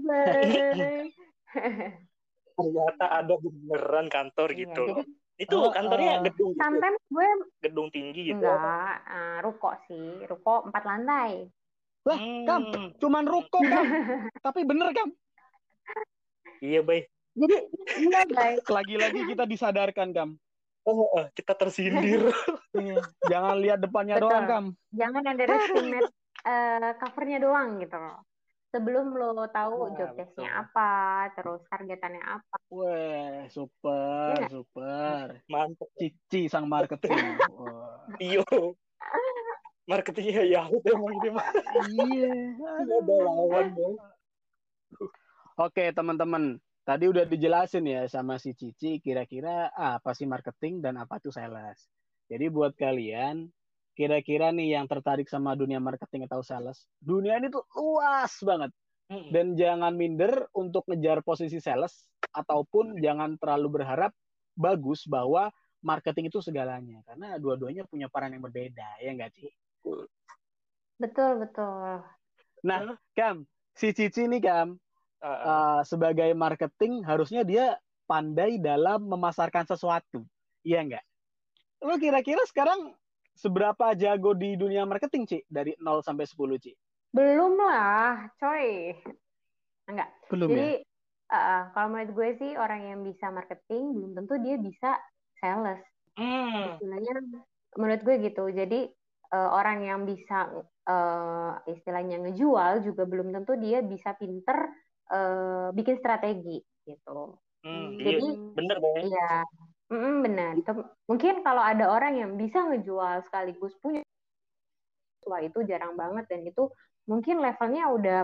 Ternyata ada beneran kantor gitu. Jadi, itu kantornya gedung gitu. Sometimes gue gedung tinggi gitu. Enggak, ruko sih. Ruko 4 lantai. Lah, Kam, cuman ruko, Kam. Tapi bener, Kam. Iya, Bay. Jadi, iya, Bay. Lagi-lagi kita disadarkan, Kam. Kita tersindir. Jangan lihat depannya doang, Kam. Jangan underestimate covernya doang gitu. Sebelum lo tahu job desk-nya apa, terus targetannya apa. Wah, super. Mantap. Cici sang marketing. Iyo. Marketingnya Yahoo emang ini mah. Iya. Ada lawan, Bang. Oke, teman-teman. Tadi udah dijelasin ya sama si Cici kira-kira apa sih marketing dan apa itu sales. Jadi buat kalian kira-kira nih yang tertarik sama dunia marketing atau sales, dunia ini tuh luas banget. Dan jangan minder untuk ngejar posisi sales, ataupun jangan terlalu berharap bagus bahwa marketing itu segalanya. Karena dua-duanya punya peran yang berbeda, ya nggak, Ci? Betul. Nah, Kam, si Cici nih, Kam, sebagai marketing harusnya dia pandai dalam memasarkan sesuatu, iya nggak? Lo kira-kira sekarang seberapa jago di dunia marketing, Ci? Dari 0 sampai 10, Ci? Belum lah, coy. Enggak. Belum. Jadi, kalau menurut gue sih orang yang bisa marketing belum tentu dia bisa sales. Istilahnya, menurut gue gitu. Jadi, orang yang bisa istilahnya ngejual juga belum tentu dia bisa pinter bikin strategi gitu. Jadi, bener Bang. Iya. Benar. Mungkin kalau ada orang yang bisa ngejual sekaligus punya, wah itu jarang banget, dan itu mungkin levelnya udah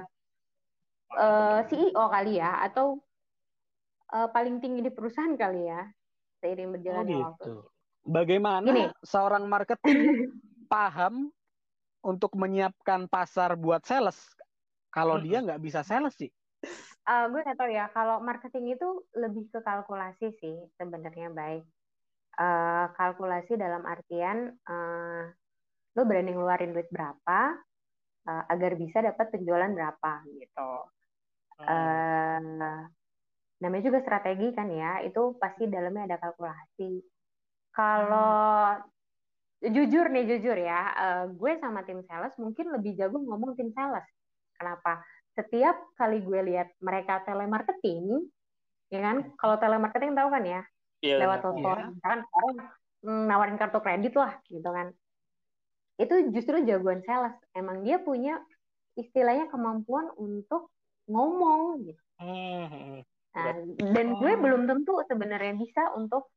CEO kali ya, atau paling tinggi di perusahaan kali ya, seiring berjalannya waktu. Bagaimana seorang marketing paham untuk menyiapkan pasar buat sales kalau dia nggak bisa sales sih? Gue nggak tahu ya, kalau marketing itu lebih ke kalkulasi sih sebenarnya, baik. Kalkulasi dalam artian lo berani ngeluarin duit berapa agar bisa dapat penjualan berapa gitu. Namanya juga strategi kan ya, itu pasti dalamnya ada kalkulasi. Kalau jujur ya, gue sama tim sales mungkin lebih jago ngomong tim sales. Kenapa? Setiap kali gue lihat mereka telemarketing, ya kan? Kalau telemarketing tahu kan ya, lewat telepon, misalkan orang nawarin kartu kredit lah, gitu kan. Itu justru jagoan sales. Emang dia punya istilahnya kemampuan untuk ngomong gitu. Nah, dan gue belum tentu sebenarnya bisa untuk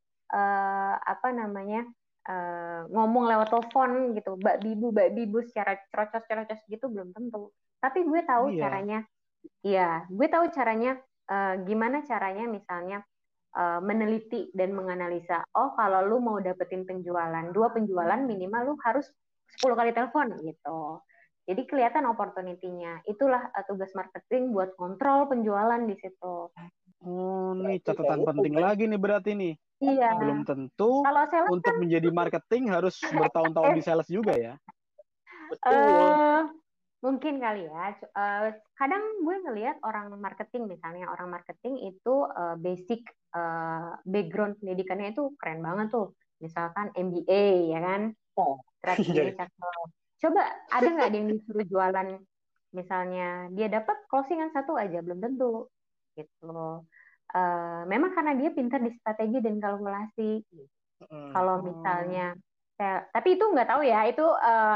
ngomong lewat telepon gitu, bak bibu secara cerocos gitu belum tentu. Tapi gue tahu caranya. Iya, gue tahu caranya. Gimana caranya misalnya meneliti dan menganalisa. Oh, kalau lu mau dapetin penjualan, 2 penjualan minimal lu harus 10 kali telepon gitu. Jadi kelihatan opportunity-nya. Itulah tugas marketing buat kontrol penjualan di situ. Oh, nih catatan penting lagi nih berarti nih. Iya. Belum tentu kalau sales untuk kan, menjadi marketing harus bertahun-tahun di sales juga ya. Betul. Mungkin kali ya. Kadang gue ngelihat orang marketing itu basic background pendidikannya itu keren banget tuh. Misalkan MBA ya kan. Strateginya cakep. Coba ada nggak yang disuruh jualan, misalnya dia dapat closingan 1 aja, belum tentu gitu. Memang karena dia pintar di strategi dan kalkulasi. Kalau misalnya, tapi itu nggak tahu ya, itu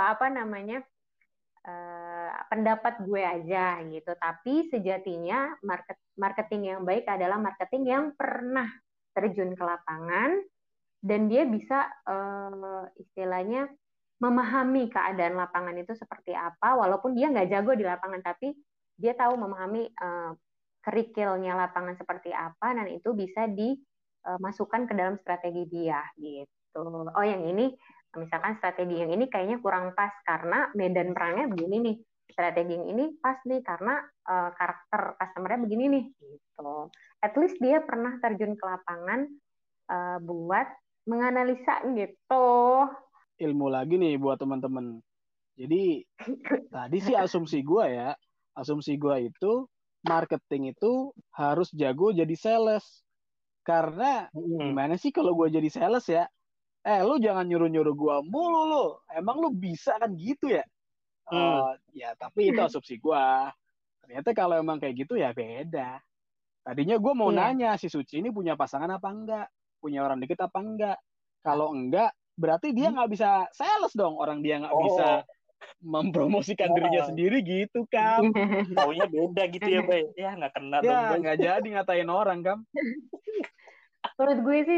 pendapat gue aja gitu. Tapi sejatinya marketing yang baik adalah marketing yang pernah terjun ke lapangan dan dia bisa istilahnya memahami keadaan lapangan itu seperti apa, walaupun dia nggak jago di lapangan, tapi dia tahu memahami kerikilnya lapangan seperti apa, dan itu bisa dimasukkan ke dalam strategi dia gitu. Oh, yang ini misalkan strategi yang ini kayaknya kurang pas karena medan perangnya begini nih. Strategi yang ini pas nih karena karakter customer-nya begini nih gitu. At least dia pernah terjun ke lapangan buat menganalisa gitu. Ilmu lagi nih buat teman-teman. Jadi tadi sih asumsi gue itu marketing itu harus jago jadi sales. Karena gimana sih kalau gue jadi sales ya? Lu jangan nyuruh-nyuruh gue mulu lu. Emang lu bisa kan gitu ya? Ya tapi itu asumsi gue. Ternyata kalau emang kayak gitu ya beda. Tadinya gue mau nanya si Suci ini punya pasangan apa enggak? Punya orang deket apa enggak? Kalau enggak, berarti dia nggak bisa sales dong. Orang dia nggak bisa mempromosikan dirinya sendiri gitu, Kam. Taunya beda gitu ya, Bay. Ya nggak kena dong, Bay. Ya nggak jadi ngatain orang, Kam. Menurut gue sih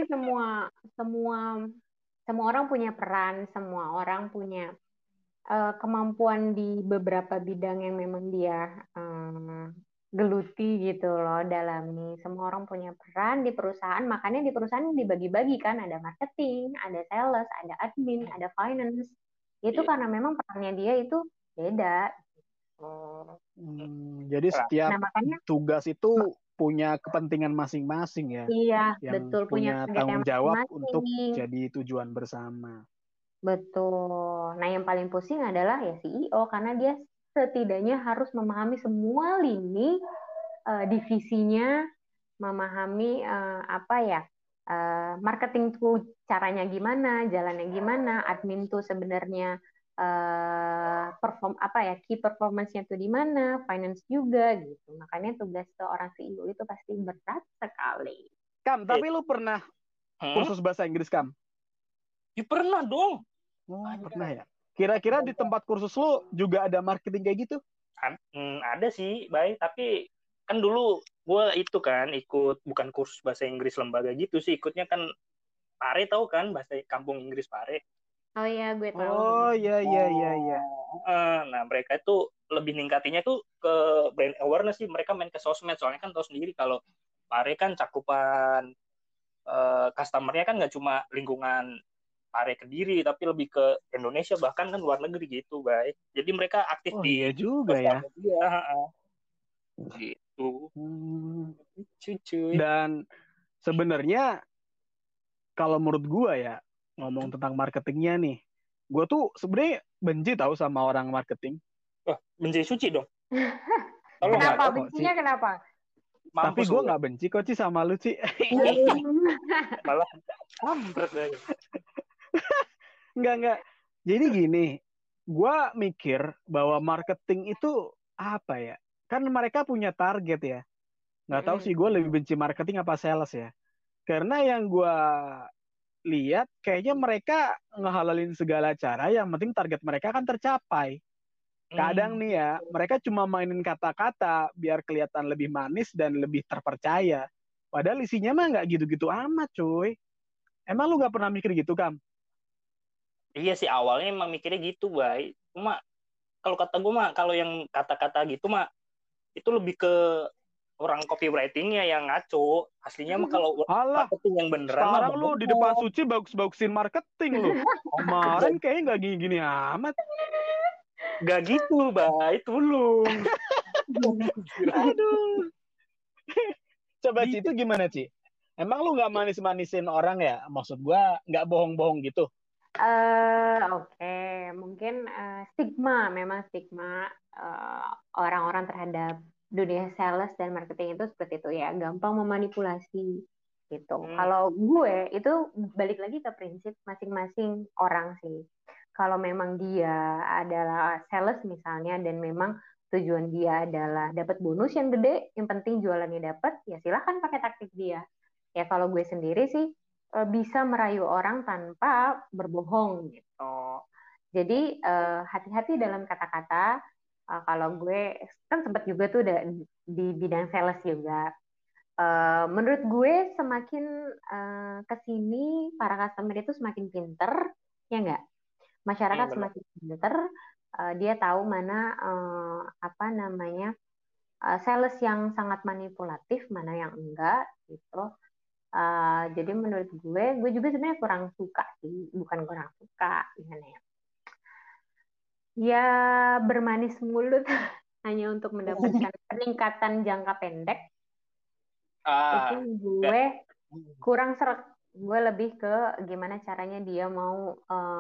semua orang punya peran, semua orang punya kemampuan di beberapa bidang yang memang dia geluti gitu loh, dalami. Semua orang punya peran di perusahaan, makanya di perusahaan dibagi-bagi kan, ada marketing, ada sales, ada admin, ada finance. Itu karena memang perannya dia itu beda. Jadi setiap tugas itu punya kepentingan masing-masing ya. Iya, yang betul, punya tanggung jawab untuk jadi tujuan bersama. Betul. Nah, yang paling pusing adalah ya CEO karena dia setidaknya harus memahami semua lini divisinya, memahami marketing tuh caranya gimana, jalannya gimana, admin tuh sebenarnya key performance-nya tuh di mana, finance juga gitu. Makanya tugas seorang CEO itu pasti berat sekali. Kam, tapi lu pernah kursus bahasa Inggris, Kam? Ya pernah dong. Oh, pernah ya? Kira-kira di tempat kursus lu juga ada marketing kayak gitu? Ada sih, Bay. Tapi kan dulu gue itu kan ikut bukan kursus bahasa Inggris lembaga gitu sih, ikutnya kan Pare, tahu kan bahasa kampung Inggris Pare? Oh iya, gue tahu. Oh iya. Nah, mereka itu lebih ningkatinya tuh ke brand awareness sih. Mereka main ke sosmed, soalnya kan tahu sendiri kalau Pare kan cakupan customer-nya kan nggak cuma lingkungan Pare Kediri, tapi lebih ke Indonesia, bahkan kan luar negeri gitu, Bay. Jadi mereka aktif di iya juga ya. Gitu. Cuy. Dan sebenarnya kalau menurut gue ya, ngomong tentang marketingnya nih, gue tuh sebenarnya benci tahu sama orang marketing. Wah, benci Suci dong. Kenapa? Bencinya kenapa? Tapi gue nggak benci kok, Ci, sama lu, Ci. Malah kampret ya. Enggak. Jadi gini, gue mikir bahwa marketing itu apa ya? Kan mereka punya target ya. Nggak tahu sih, gue lebih benci marketing apa sales ya. Karena yang gue lihat, kayaknya mereka ngehalalin segala cara, yang penting target mereka kan tercapai. Kadang nih ya, mereka cuma mainin kata-kata biar kelihatan lebih manis dan lebih terpercaya. Padahal isinya mah nggak gitu-gitu amat, cuy. Emang lu nggak pernah mikir gitu, Kam? Iya sih, awalnya emang mikirnya gitu, Bay. Cuma kalau kata gue mah, kalau yang kata-kata gitu mah, itu lebih ke orang copywriting-nya yang ngaco. Aslinya mah kalau marketing yang beneran sekarang mah lu di depan Suci bagus-bagusin marketing lu. Kemarin kayaknya nggak gini-gini amat. Gak gitu, Bay. Tulung. Aduh. Coba, Ci, itu gimana, Ci? Emang lu nggak manis-manisin orang ya? Maksud gua nggak bohong-bohong gitu. Oke. Mungkin memang stigma orang-orang terhadap dunia sales dan marketing itu seperti itu ya, gampang memanipulasi gitu. Kalau gue itu balik lagi ke prinsip masing-masing orang sih. Kalau memang dia adalah sales misalnya dan memang tujuan dia adalah dapat bonus yang gede, yang penting jualannya dapat, ya silahkan pakai taktik dia. Ya kalau gue sendiri sih bisa merayu orang tanpa berbohong gitu. Jadi hati-hati dalam kata-kata. Kalau gue kan sempat juga tuh di bidang sales juga. Menurut gue semakin kesini para customer itu semakin pinter, ya nggak? Masyarakat semakin pinter, dia tahu mana sales yang sangat manipulatif, mana yang enggak gitu. Jadi menurut gue juga sebenarnya kurang suka sih, bukan kurang suka, gimana ya? Ya bermanis mulut hanya untuk mendapatkan peningkatan jangka pendek. Itu gue kurang serak. Gue lebih ke gimana caranya dia mau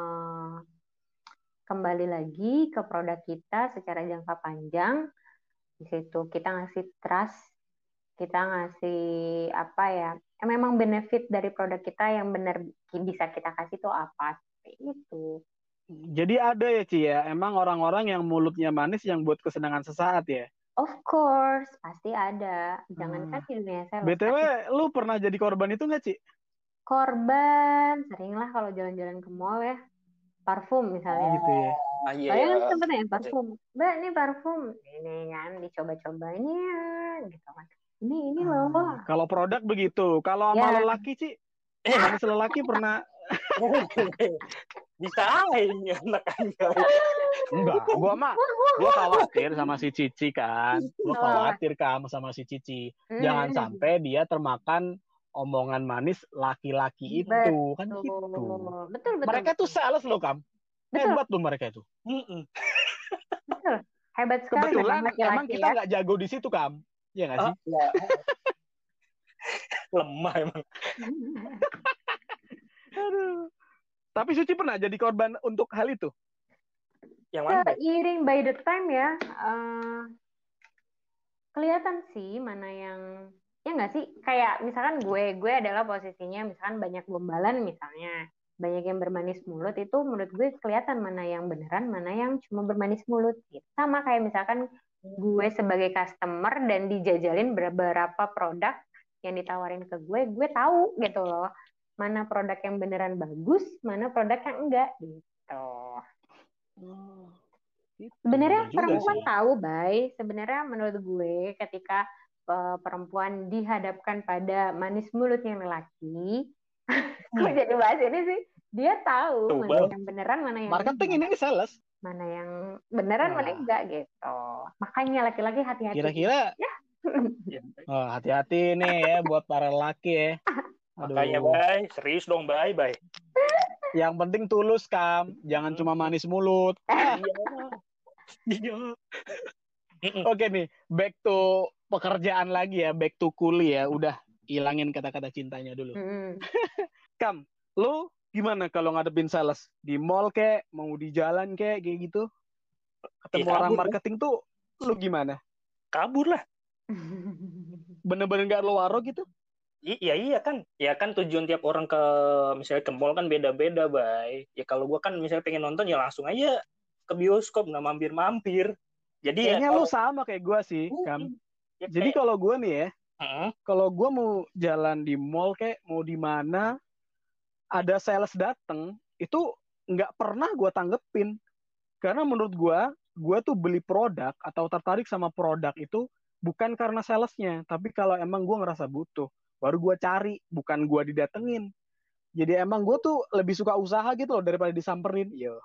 kembali lagi ke produk kita secara jangka panjang. Di situ kita ngasih trust, kita ngasih memang benefit dari produk kita yang benar bisa kita kasih tuh apa, itu. Jadi ada ya, Ci, ya, emang orang-orang yang mulutnya manis yang buat kesenangan sesaat ya? Of course, pasti ada. Jangankan di dunia sales. BTW, lu pernah jadi korban itu nggak, Ci? Korban, seringlah kalau jalan-jalan ke mall ya. Parfum misalnya. Gitu ya. Kalian kan sebenarnya parfum. Mbak, ini parfum. Ini kan dicoba-coba ini ya, gitu kan. Ini loh. Kalau produk begitu. Kalau sama lelaki, Ci, sama lelaki pernah. Bisa ini anak aja. Enggak, gua khawatir sama si Cici kan. Gua khawatir kamu sama si Cici. Jangan sampai dia termakan omongan manis laki-laki itu. Betul. Kan gitu. Betul. Mereka tuh sales loh, Kam. Hebat loh mereka itu. Betul. Hebat sekali. Kebetulan emang kita nggak jago di situ, Kam. Iya nggak sih? Ya. Lemah emang. Aduh. Tapi Suci pernah jadi korban untuk hal itu? Yang mana? Seiring by the time ya, kelihatan sih mana yang, ya nggak sih? Kayak misalkan gue adalah posisinya, misalkan banyak gombalan misalnya, banyak yang bermanis mulut, itu menurut gue kelihatan mana yang beneran, mana yang cuma bermanis mulut. Gitu. Sama kayak misalkan gue sebagai customer dan dijajalin beberapa produk yang ditawarin ke gue tahu gitu loh. Mana produk yang beneran bagus, mana produk yang enggak gitu. Sebenarnya perempuan tahu, Bay. Sebenarnya menurut gue ketika perempuan dihadapkan pada manis mulutnya lelaki, gue jadi bahas ini sih, dia tahu mana yang beneran, mana yang marketing enggak. Ini sales. Mana yang beneran, mana yang enggak gitu. Makanya laki-laki hati-hati. Kira-kira ya. Hati-hati nih ya buat para lelaki ya. Makanya, Bay, serius dong, Bay. Yang penting tulus, Kam. Jangan cuma manis mulut. Iya. Oke nih, back to pekerjaan lagi ya, back to kuliah ya. Udah hilangin kata-kata cintanya dulu. Kam, lu gimana kalau ngadepin sales? Di mall kek, mau di jalan kek, kayak gitu? Ketemu orang marketing tuh, lu gimana? kabur lah. Bener-bener nggak lo waro gitu? Iya kan. Ya kan tujuan tiap orang ke misalnya ke mall kan beda-beda, Bay. Ya kalau gua kan misalnya pengen nonton ya langsung aja ke bioskop, nggak mampir-mampir. Jadi Kayaknya ya lu kalau sama kayak gue sih, Kam. ya Jadi kayak kalau gue nih ya, Heeh. kalau gue mau jalan di mall kayak mau di mana, ada sales dateng, itu nggak pernah gue tanggepin. Karena menurut gue tuh beli produk atau tertarik sama produk itu bukan karena salesnya, tapi kalau emang gue ngerasa butuh, baru gue cari, bukan gue didatengin. Jadi emang gue tuh lebih suka usaha gitu loh daripada disamperin. Yo.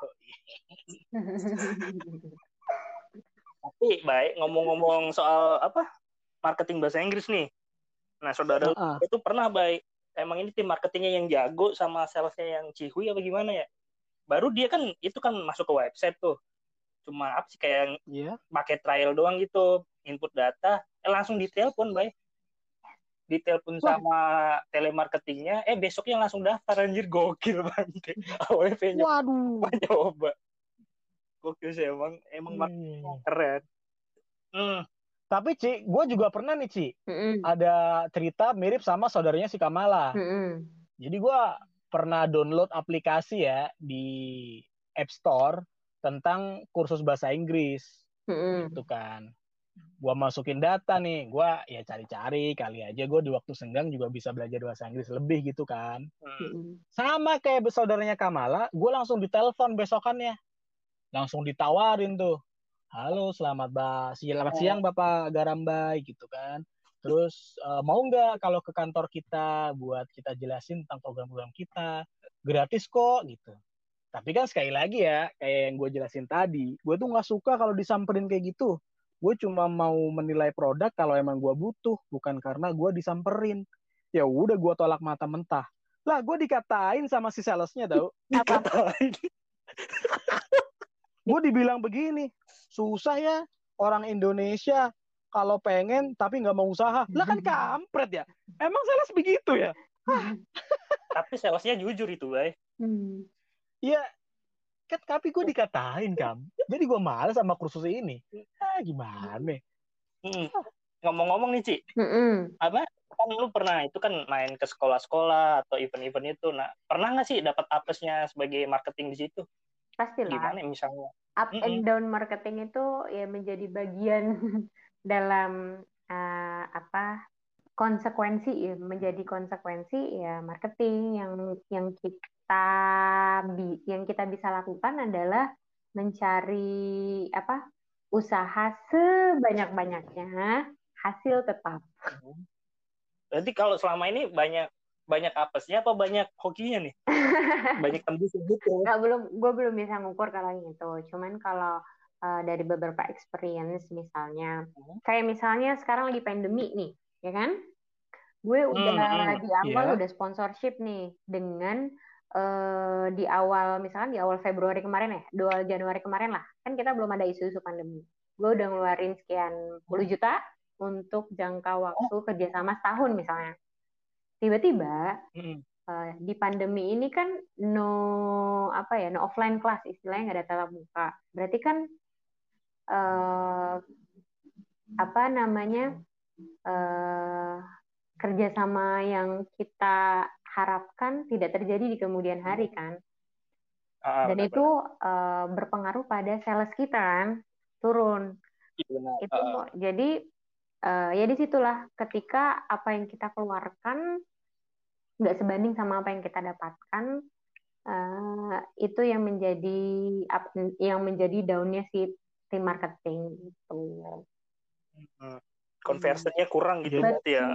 Tapi baik ngomong-ngomong soal apa marketing bahasa Inggris nih. Nah, saudara Uh-uh. itu pernah baik emang ini tim marketingnya yang jago sama salesnya yang cihui apa gimana ya? Baru dia kan itu kan masuk ke website tuh. Cuma apa sih kayak Iya. pakai trial doang gitu, input data, langsung ditelepon baik. Ditelepon sama telemarketingnya, besoknya langsung daftar anjir gokil banget. AWP-nya Waduh. nyoba. Gokil sih emang marketingnya keren. Tapi Ci, gue juga pernah nih Ci, ada cerita mirip sama saudaranya si Kamala. Jadi gue pernah download aplikasi ya di App Store tentang kursus bahasa Inggris, gitu kan. Gue masukin data nih, gue ya cari-cari kali aja gue di waktu senggang juga bisa belajar bahasa Inggris lebih gitu kan. Sama kayak saudaranya Kamala, gue langsung ditelepon besokannya, langsung ditawarin tuh. Halo, selamat siang Bapak Garambai gitu kan. Terus mau nggak kalau ke kantor kita buat kita jelasin tentang program-program kita, gratis kok gitu. Tapi kan sekali lagi ya, kayak yang gue jelasin tadi, gue tuh nggak suka kalau disamperin kayak gitu. Gue cuma mau menilai produk kalau emang gue butuh, bukan karena gue disamperin. Ya udah gue tolak mata mentah. Lah gue dikatain sama si salesnya tau. Dikatain. Gue dibilang begini, susah ya orang Indonesia kalau pengen tapi nggak mau usaha. Lah kan kampret ya. Emang sales begitu ya? Tapi salesnya jujur itu, Bay. Iya, tapi gue dikatain, Kam. Jadi gue males sama kursus ini. Gimana? Ngomong-ngomong nih, Ci. Apa? Kan lu pernah itu kan main ke sekolah-sekolah atau event-event itu. Nah, pernah nggak sih dapat apesnya sebagai marketing di situ? Pastilah. Gimana misalnya? Up and down marketing itu ya menjadi bagian dalam konsekuensi ya, menjadi konsekuensi ya marketing yang kita bisa lakukan adalah mencari usaha sebanyak-banyaknya hasil tetap. Berarti kalau selama ini banyak apesnya apa banyak hokinya nih? Banyak tembus gitu. Gue belum bisa ngukur kalau itu. Cuman kalau dari beberapa experience misalnya, kayak misalnya sekarang lagi pandemi nih, ya kan? Gue udah diambil udah sponsorship nih dengan di awal Februari kemarin ya, 2 Januari kemarin lah, kan kita belum ada isu-isu pandemi. Gue udah ngeluarin sekian puluh juta untuk jangka waktu kerjasama setahun misalnya. Tiba-tiba di pandemi ini kan no offline class, istilahnya nggak ada tatap muka. Berarti kan kerjasama yang kita harapkan tidak terjadi di kemudian hari kan. Dan itu berpengaruh pada sales kita kan, turun. Itu jadi ya disitulah ketika apa yang kita keluarkan nggak sebanding sama apa yang kita dapatkan, itu yang menjadi down-nya si tim marketing gitu. Conversionnya kurang gitu berarti ya.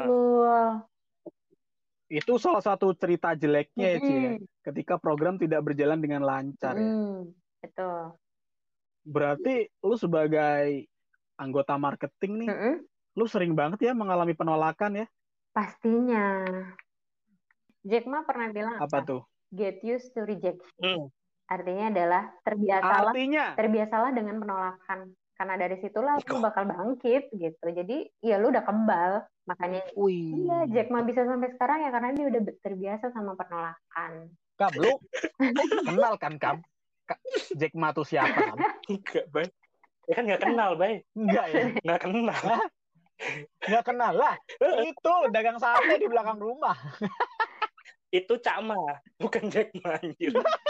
Itu salah satu cerita jeleknya ya Ci ya, ketika program tidak berjalan dengan lancar ya. Betul. Berarti lu sebagai anggota marketing nih, lu sering banget ya mengalami penolakan ya? Pastinya. Jack Ma pernah bilang apa tuh? Get used to rejection. Artinya adalah terbiasalah dengan penolakan. Karena dari situlah lu bakal bangkit gitu. Jadi ya lu udah kebal. Makanya iya Jack Ma bisa sampai sekarang ya karena dia udah terbiasa sama penolakan. Kam, lu kenal kan Kam? Jack Ma tuh siapa Kam? Enggak, Bay. Ya kan nggak kenal, Bay. Enggak ya? Nggak kenal. Nggak kenal lah. Itu dagang sate di belakang rumah. Itu Cak Ma, bukan Jack Ma, anjir.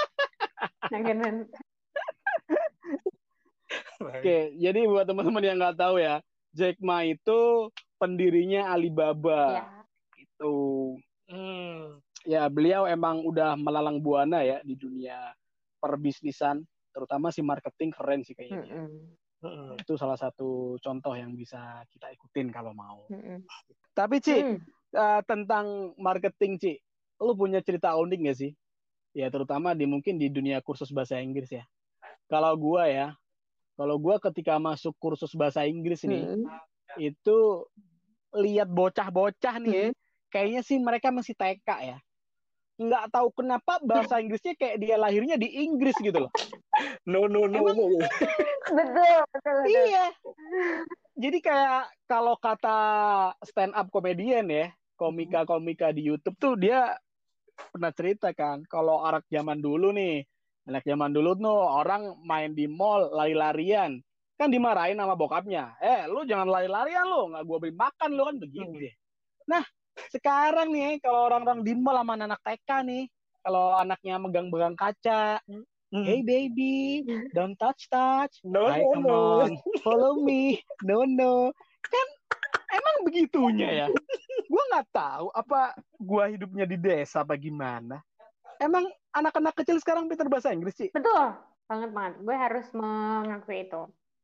Oke, jadi buat teman-teman yang nggak tahu ya, Jack Ma itu pendirinya Alibaba. Ya. Itu. Ya, beliau emang udah melalang buana ya di dunia perbisnisan, terutama si marketing keren sih kayaknya. Itu salah satu contoh yang bisa kita ikutin kalau mau. Tapi Ci, tentang marketing Ci, lu punya cerita unik nggak sih? Ya terutama mungkin di dunia kursus bahasa Inggris ya. Kalau gua ketika masuk kursus bahasa Inggris nih, itu lihat bocah-bocah nih ya, kayaknya sih mereka masih TK ya. Nggak tahu kenapa bahasa Inggrisnya kayak dia lahirnya di Inggris gitu loh. No. Betul. Iya. Jadi kayak kalau kata stand up comedian ya, komika di YouTube tuh dia pernah cerita kan, kalau anak zaman dulu tuh orang main di mall lari-larian, kan dimarahin sama bokapnya. Lu jangan lari-larian lu, nggak gua beli makan lu kan begitu. Nah, sekarang nih kalau orang-orang di mall sama anak TK nih, kalau anaknya megang-megang kaca, hey baby, don't touch. No. Come on, follow me. No. Kan emang begitunya ya. Gue nggak tahu apa gue hidupnya di desa apa gimana. Emang anak-anak kecil sekarang pintar bahasa Inggris sih? Betul, banget. Gue harus mengakui itu.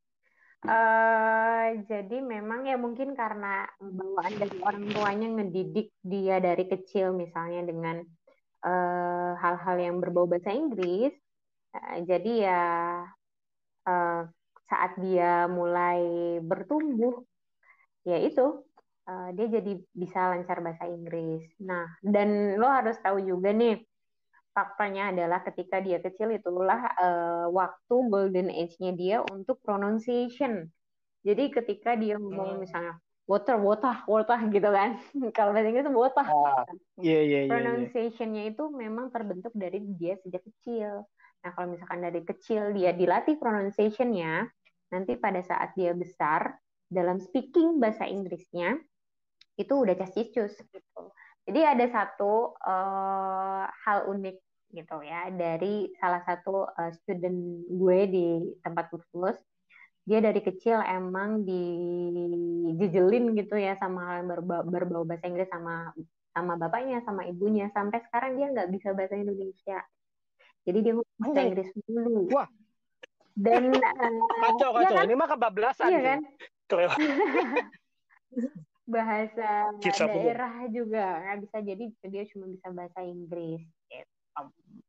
Jadi memang ya mungkin karena bawaan dari orang tuanya ngedidik dia dari kecil misalnya dengan hal-hal yang berbau bahasa Inggris. Jadi ya saat dia mulai bertumbuh, ya itu dia jadi bisa lancar bahasa Inggris. Nah, dan lo harus tahu juga nih, faktanya adalah ketika dia kecil itulah waktu golden age-nya dia untuk pronunciation. Jadi ketika dia ngomong misalnya water gitu kan. Kalau bahasa Inggris itu water. Iya. Pronunciation-nya itu memang terbentuk dari dia sejak kecil. Nah, kalau misalkan dari kecil dia dilatih pronunciation-nya, nanti pada saat dia besar dalam speaking bahasa Inggrisnya itu udah cas-cicus gitu. Jadi ada satu hal unik gitu ya dari salah satu student gue di tempat kursus. Dia dari kecil emang dijejelin gitu ya sama hal yang berbau bahasa Inggris sama bapaknya, sama ibunya. Sampai sekarang dia nggak bisa bahasa Indonesia. Jadi dia ngomong bahasa Inggris dulu. Wah. Dan kacau. Ya kan? Ini mah kebablasan. Iya kan? Kisah Bahasa daerah juga nggak bisa, jadi dia cuma bisa bahasa Inggris gitu.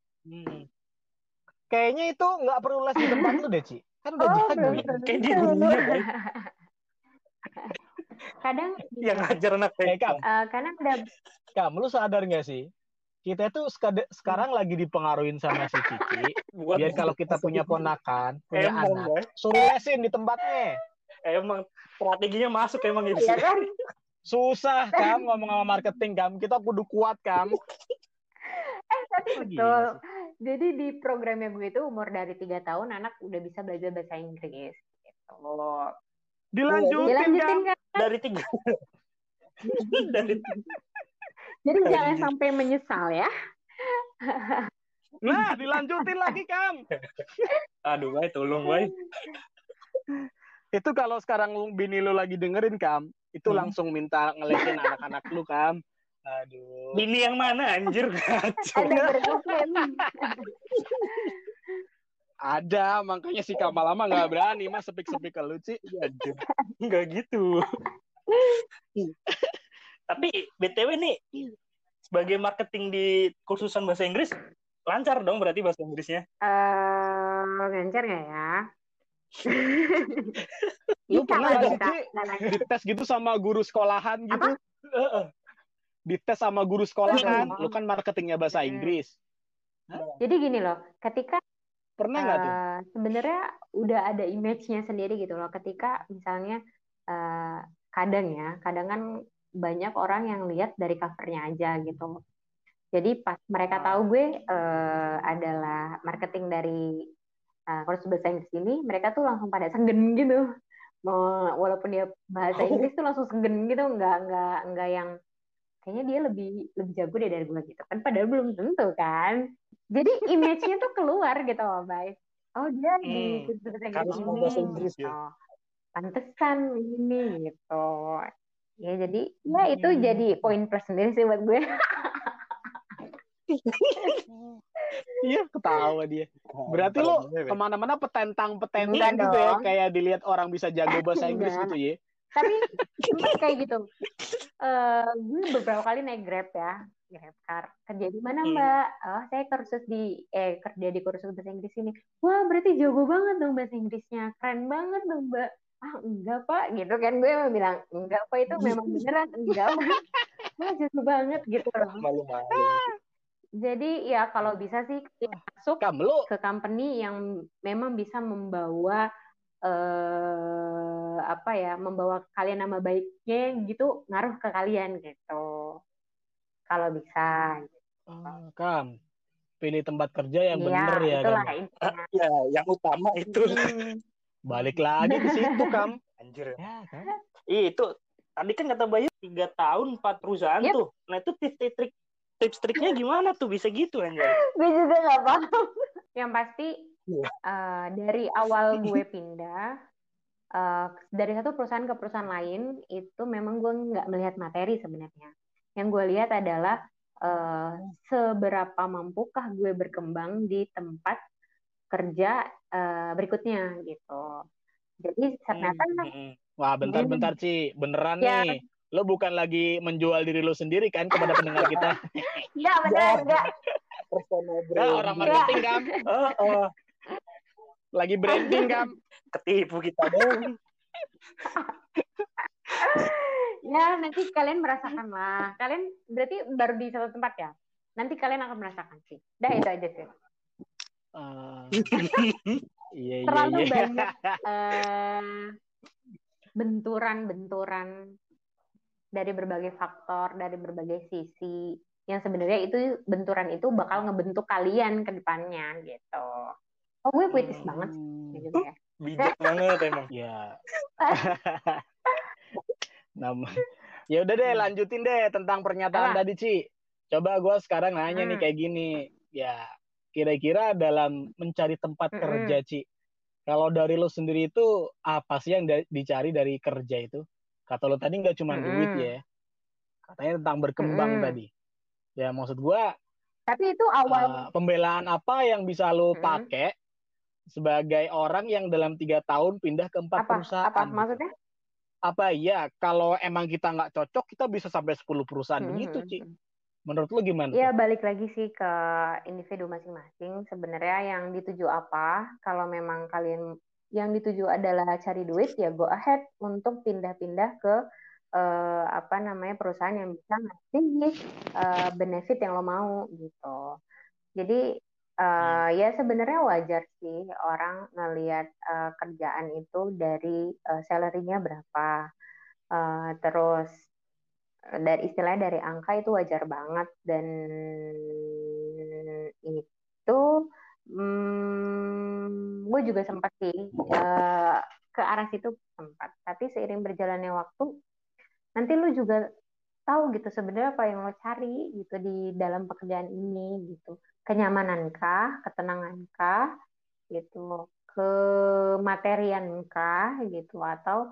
Kayaknya itu nggak perlu les di tempat lu deh Ci, kan udah jago ya. Kayak di dunia kadang yang ngajar anak TK. Karena udah kamu lu sadar nggak sih, kita tuh sekarang lagi dipengaruhin sama si Cici biar kalau kita punya ponakan, punya anak, suruh lesin di tempatnya. Emang strateginya masuk emang gitu. Ya kan? Susah Kam ngomong sama marketing Kam, kita kudu kuat Kam. Tapi betul. Jadi di programnya gue itu umur dari 3 tahun anak udah bisa belajar bahasa Inggris gitu. Dilanjutin kan? Dari 3. Jadi jangan sampai menyesal ya. Nah, dilanjutin lagi Kam. Aduh, Bay, tolong Bay. Itu kalau sekarang bini lu lagi dengerin Kam, itu langsung minta ngelesin anak-anak lu Kam. Aduh. Bini yang mana anjir? Ada, makanya si Kamal lama nggak berani mas sepik-sepik ke lu Ci. Nggak gitu. Tapi BTW nih, sebagai marketing di kursusan bahasa Inggris, lancar dong berarti bahasa Inggrisnya? Lancar nggak ya? Lu pernah nggak sih dites gitu sama guru sekolahan gitu? Dites sama guru sekolahan, lu kan marketingnya bahasa Inggris. Jadi gini loh, ketika pernah nggak tuh? Sebenarnya udah ada image-nya sendiri gitu loh. Ketika misalnya kadang kan banyak orang yang lihat dari covernya aja gitu. Jadi pas mereka tahu gue adalah marketing dari kursus bahasa Inggris ini, mereka tuh langsung pada segen gitu. Walaupun dia bahasa Inggris tuh langsung segen gitu, nggak yang kayaknya dia lebih jago deh dari gue gitu kan, padahal belum tentu kan. Jadi image-nya tuh keluar gitu loh, Bay. Oh, dia di kursus bahasa Inggris Karisma ini bahasa Inggris gitu. ya. Pantesan ini gitu. Ya jadi ya itu jadi poin plus sendiri sih buat gue. Iya, ketawa dia. Berarti lo kemana-mana petentang-petentang Enggak gitu ya, dong. kayak dilihat orang bisa jago bahasa Inggris gitu ya. Tapi sempat kayak gitu. Gue beberapa kali naik Grab ya, Grab car. Kerja di mana, Mbak? Oh, saya kerja di kursus bahasa Inggris ini. Wah, berarti jago banget dong bahasa Inggrisnya. Keren banget dong, Mbak. Ah, enggak, Pak. Gitu kan, gue bilang, enggak, Pak, itu memang beneran. Enggak, Pak. Wah, jago banget gitu loh. Malu-malu. Jadi ya kalau bisa sih masuk ke company yang memang bisa membawa membawa kalian nama baiknya gitu, ngaruh ke kalian gitu. Kalau bisa. Kam, pilih tempat kerja yang bener ya, itulah Kam. Ya, yang utama itu. Balik lagi ke situ, Kam. Anjir. Ya, kan? Itu tadi kan kata Bayu 3 tahun 4 perusahaan tuh. Nah, itu tips-triknya gimana tuh bisa gitu, anjir? Gue juga nggak paham. Yang pasti dari awal gue pindah dari satu perusahaan ke perusahaan lain, itu memang gue nggak melihat materi sebenarnya. Yang gue lihat adalah seberapa mampukah gue berkembang di tempat kerja berikutnya gitu. Jadi ternyata wah, bentar Ci, beneran nih. Lo bukan lagi menjual diri lo sendiri kan kepada pendengar kita? Enggak, beneran enggak. Orang marketing, Kam. Lagi branding, Kam. Ketipu kita dong. Ya, nanti kalian merasakan lah. Kalian berarti baru di satu tempat ya? Nanti kalian akan merasakan sih. Dah, itu aja sih. Terlalu banyak benturan dari berbagai faktor, dari berbagai sisi. Yang sebenarnya itu benturan itu bakal ngebentuk kalian ke depannya gitu. Oh, gue puitis banget gitu ya. Bijak banget emang. Ya. Ya udah deh, lanjutin deh tentang pernyataan tadi, Ci. Coba gue sekarang nanya nih kayak gini. Ya, kira-kira dalam mencari tempat kerja, Ci, kalau dari lo sendiri itu apa sih yang dicari dari kerja itu? Kata lo tadi nggak cuma duit ya. Katanya tentang berkembang tadi. Ya, maksud gue, tapi itu awal pembelaan apa yang bisa lo pakai sebagai orang yang dalam 3 tahun pindah ke 4 perusahaan? Apa maksudnya? Apa iya, kalau emang kita nggak cocok, kita bisa sampai 10 perusahaan begitu, Ci. Menurut lu gimana? Ya, balik lagi sih ke individu masing-masing. Sebenarnya yang dituju apa? Kalau memang kalian yang dituju adalah cari duit, ya go ahead untuk pindah-pindah ke perusahaan yang bisa ngasih benefit yang lo mau gitu. Jadi ya sebenarnya wajar sih orang ngelihat kerjaan itu dari salary-nya berapa, terus dari istilahnya dari angka itu wajar banget, dan itu gue juga sempat sih ke arah situ sempat, tapi seiring berjalannya waktu nanti lu juga tahu gitu sebenarnya apa yang lo cari gitu di dalam pekerjaan ini gitu. Kenyamanankah, ketenangankah gitu, kemateriankah gitu, atau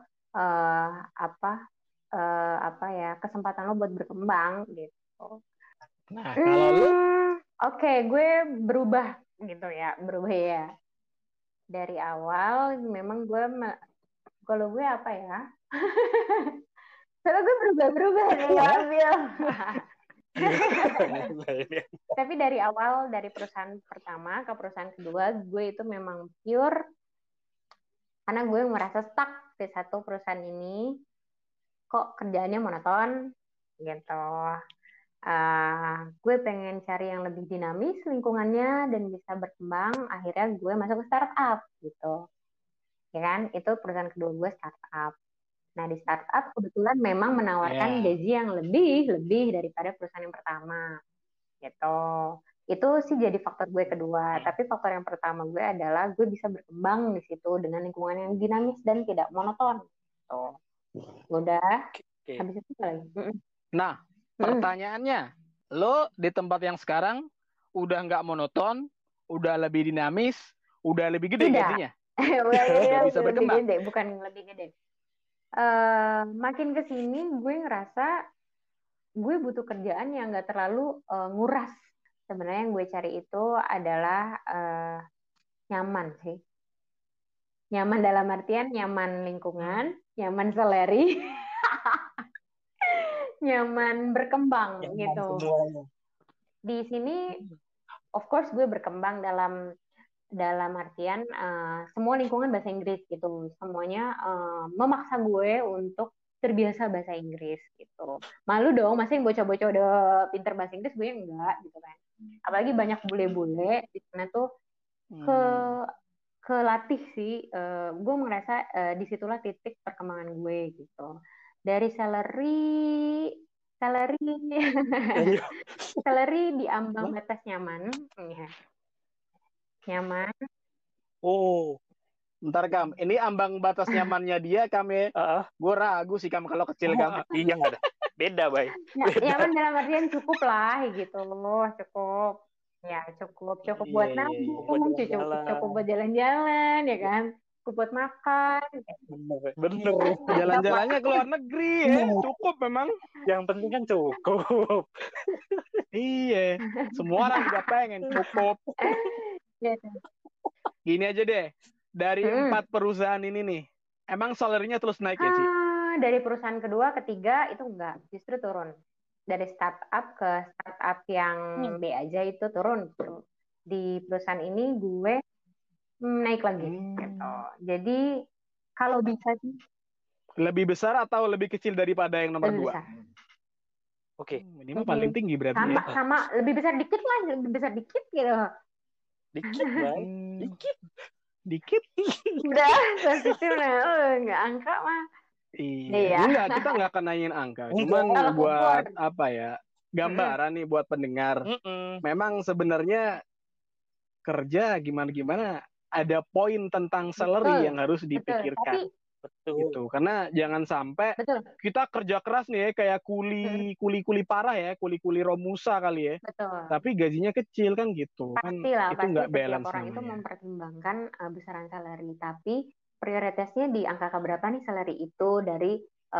kesempatan lo buat berkembang gitu. Nah, kalau lu gue berubah ya. Dari awal memang kalau gue apa ya? Soalnya gue berubah nih ambil. Tapi dari awal, dari perusahaan pertama ke perusahaan kedua, gue itu memang pure karena gue merasa stuck di satu perusahaan ini. Kok kerjaannya monoton gitu. Gue pengen cari yang lebih dinamis lingkungannya dan bisa berkembang. Akhirnya gue masuk ke startup gitu. Ya kan? Itu perusahaan kedua gue startup. Nah, di startup kebetulan memang menawarkan gaji yang lebih daripada perusahaan yang pertama. Gitu. Itu sih jadi faktor gue kedua. Tapi faktor yang pertama gue adalah gue bisa berkembang di situ dengan lingkungan yang dinamis dan tidak monoton. Tuh. Udah. Oke. Habis itu apa lagi? Nah, pertanyaannya, lo di tempat yang sekarang udah nggak monoton, udah lebih dinamis, udah lebih gede gajinya? Udah bisa berkembang. lebih gede, bukan lebih gede. Makin kesini gue ngerasa gue butuh kerjaan yang nggak terlalu nguras. Sebenarnya yang gue cari itu adalah nyaman sih. Nyaman dalam artian nyaman lingkungan, nyaman salary, nyaman berkembang gitu. Semuanya. Di sini, of course gue berkembang dalam artian semua lingkungan bahasa Inggris gitu. Semuanya memaksa gue untuk terbiasa bahasa Inggris gitu. Malu dong, masih bocah-bocah udah pinter bahasa Inggris, gue enggak gitu kan. Apalagi banyak bule-bule di sana tuh kelatih sih. Gue merasa disitulah titik perkembangan gue gitu. Dari salary di ambang batas nyaman, ya. Nyaman. Oh. Bentar Kam, ini ambang batas nyamannya dia kami. Gue ragu sih Kam kalau kecil Kam. Iya nggak ada. Beda, Bay. Nyaman dalam artian cukup lah gitu loh, cukup. Ya cukup buat nabung, cukup buat jalan-jalan ya kan, cukup buat makan. Bener. Jalan-jalannya ke luar negeri ya, cukup memang. Yang penting kan cukup. Iya, semua orang juga pengen cukup. Gini aja deh, dari 4 perusahaan ini nih, emang salary-nya terus naik ya sih? Dari perusahaan kedua, ketiga itu enggak, justru turun. Dari startup ke startup yang B aja itu turun. Di perusahaan ini gue naik lagi. Gitu. Jadi kalau bisa sih. Lebih besar atau lebih kecil daripada yang nomor 2? Oke. Ini mah paling tinggi berarti. Sama, lebih besar dikit lah, lebih besar dikit gitu. Dikit, Bang. Dikit. Udah, sensitif nah, nggak angka mah. Iya. Enggak, kita nggak akan nanyain angka. Cuman buat apa ya, gambaran nih buat pendengar. Memang sebenarnya kerja gimana-gimana ada poin tentang salary yang harus dipikirkan. Betul. Gitu. Karena jangan sampai kita kerja keras nih ya, kayak kuli parah ya, kuli Romusa kali ya. Betul. Tapi gajinya kecil kan gitu. Pastilah, kan itu nggak balance orang namanya. itu mempertimbangkan besaran salary, tapi prioritasnya di angka keberapa nih salary itu dari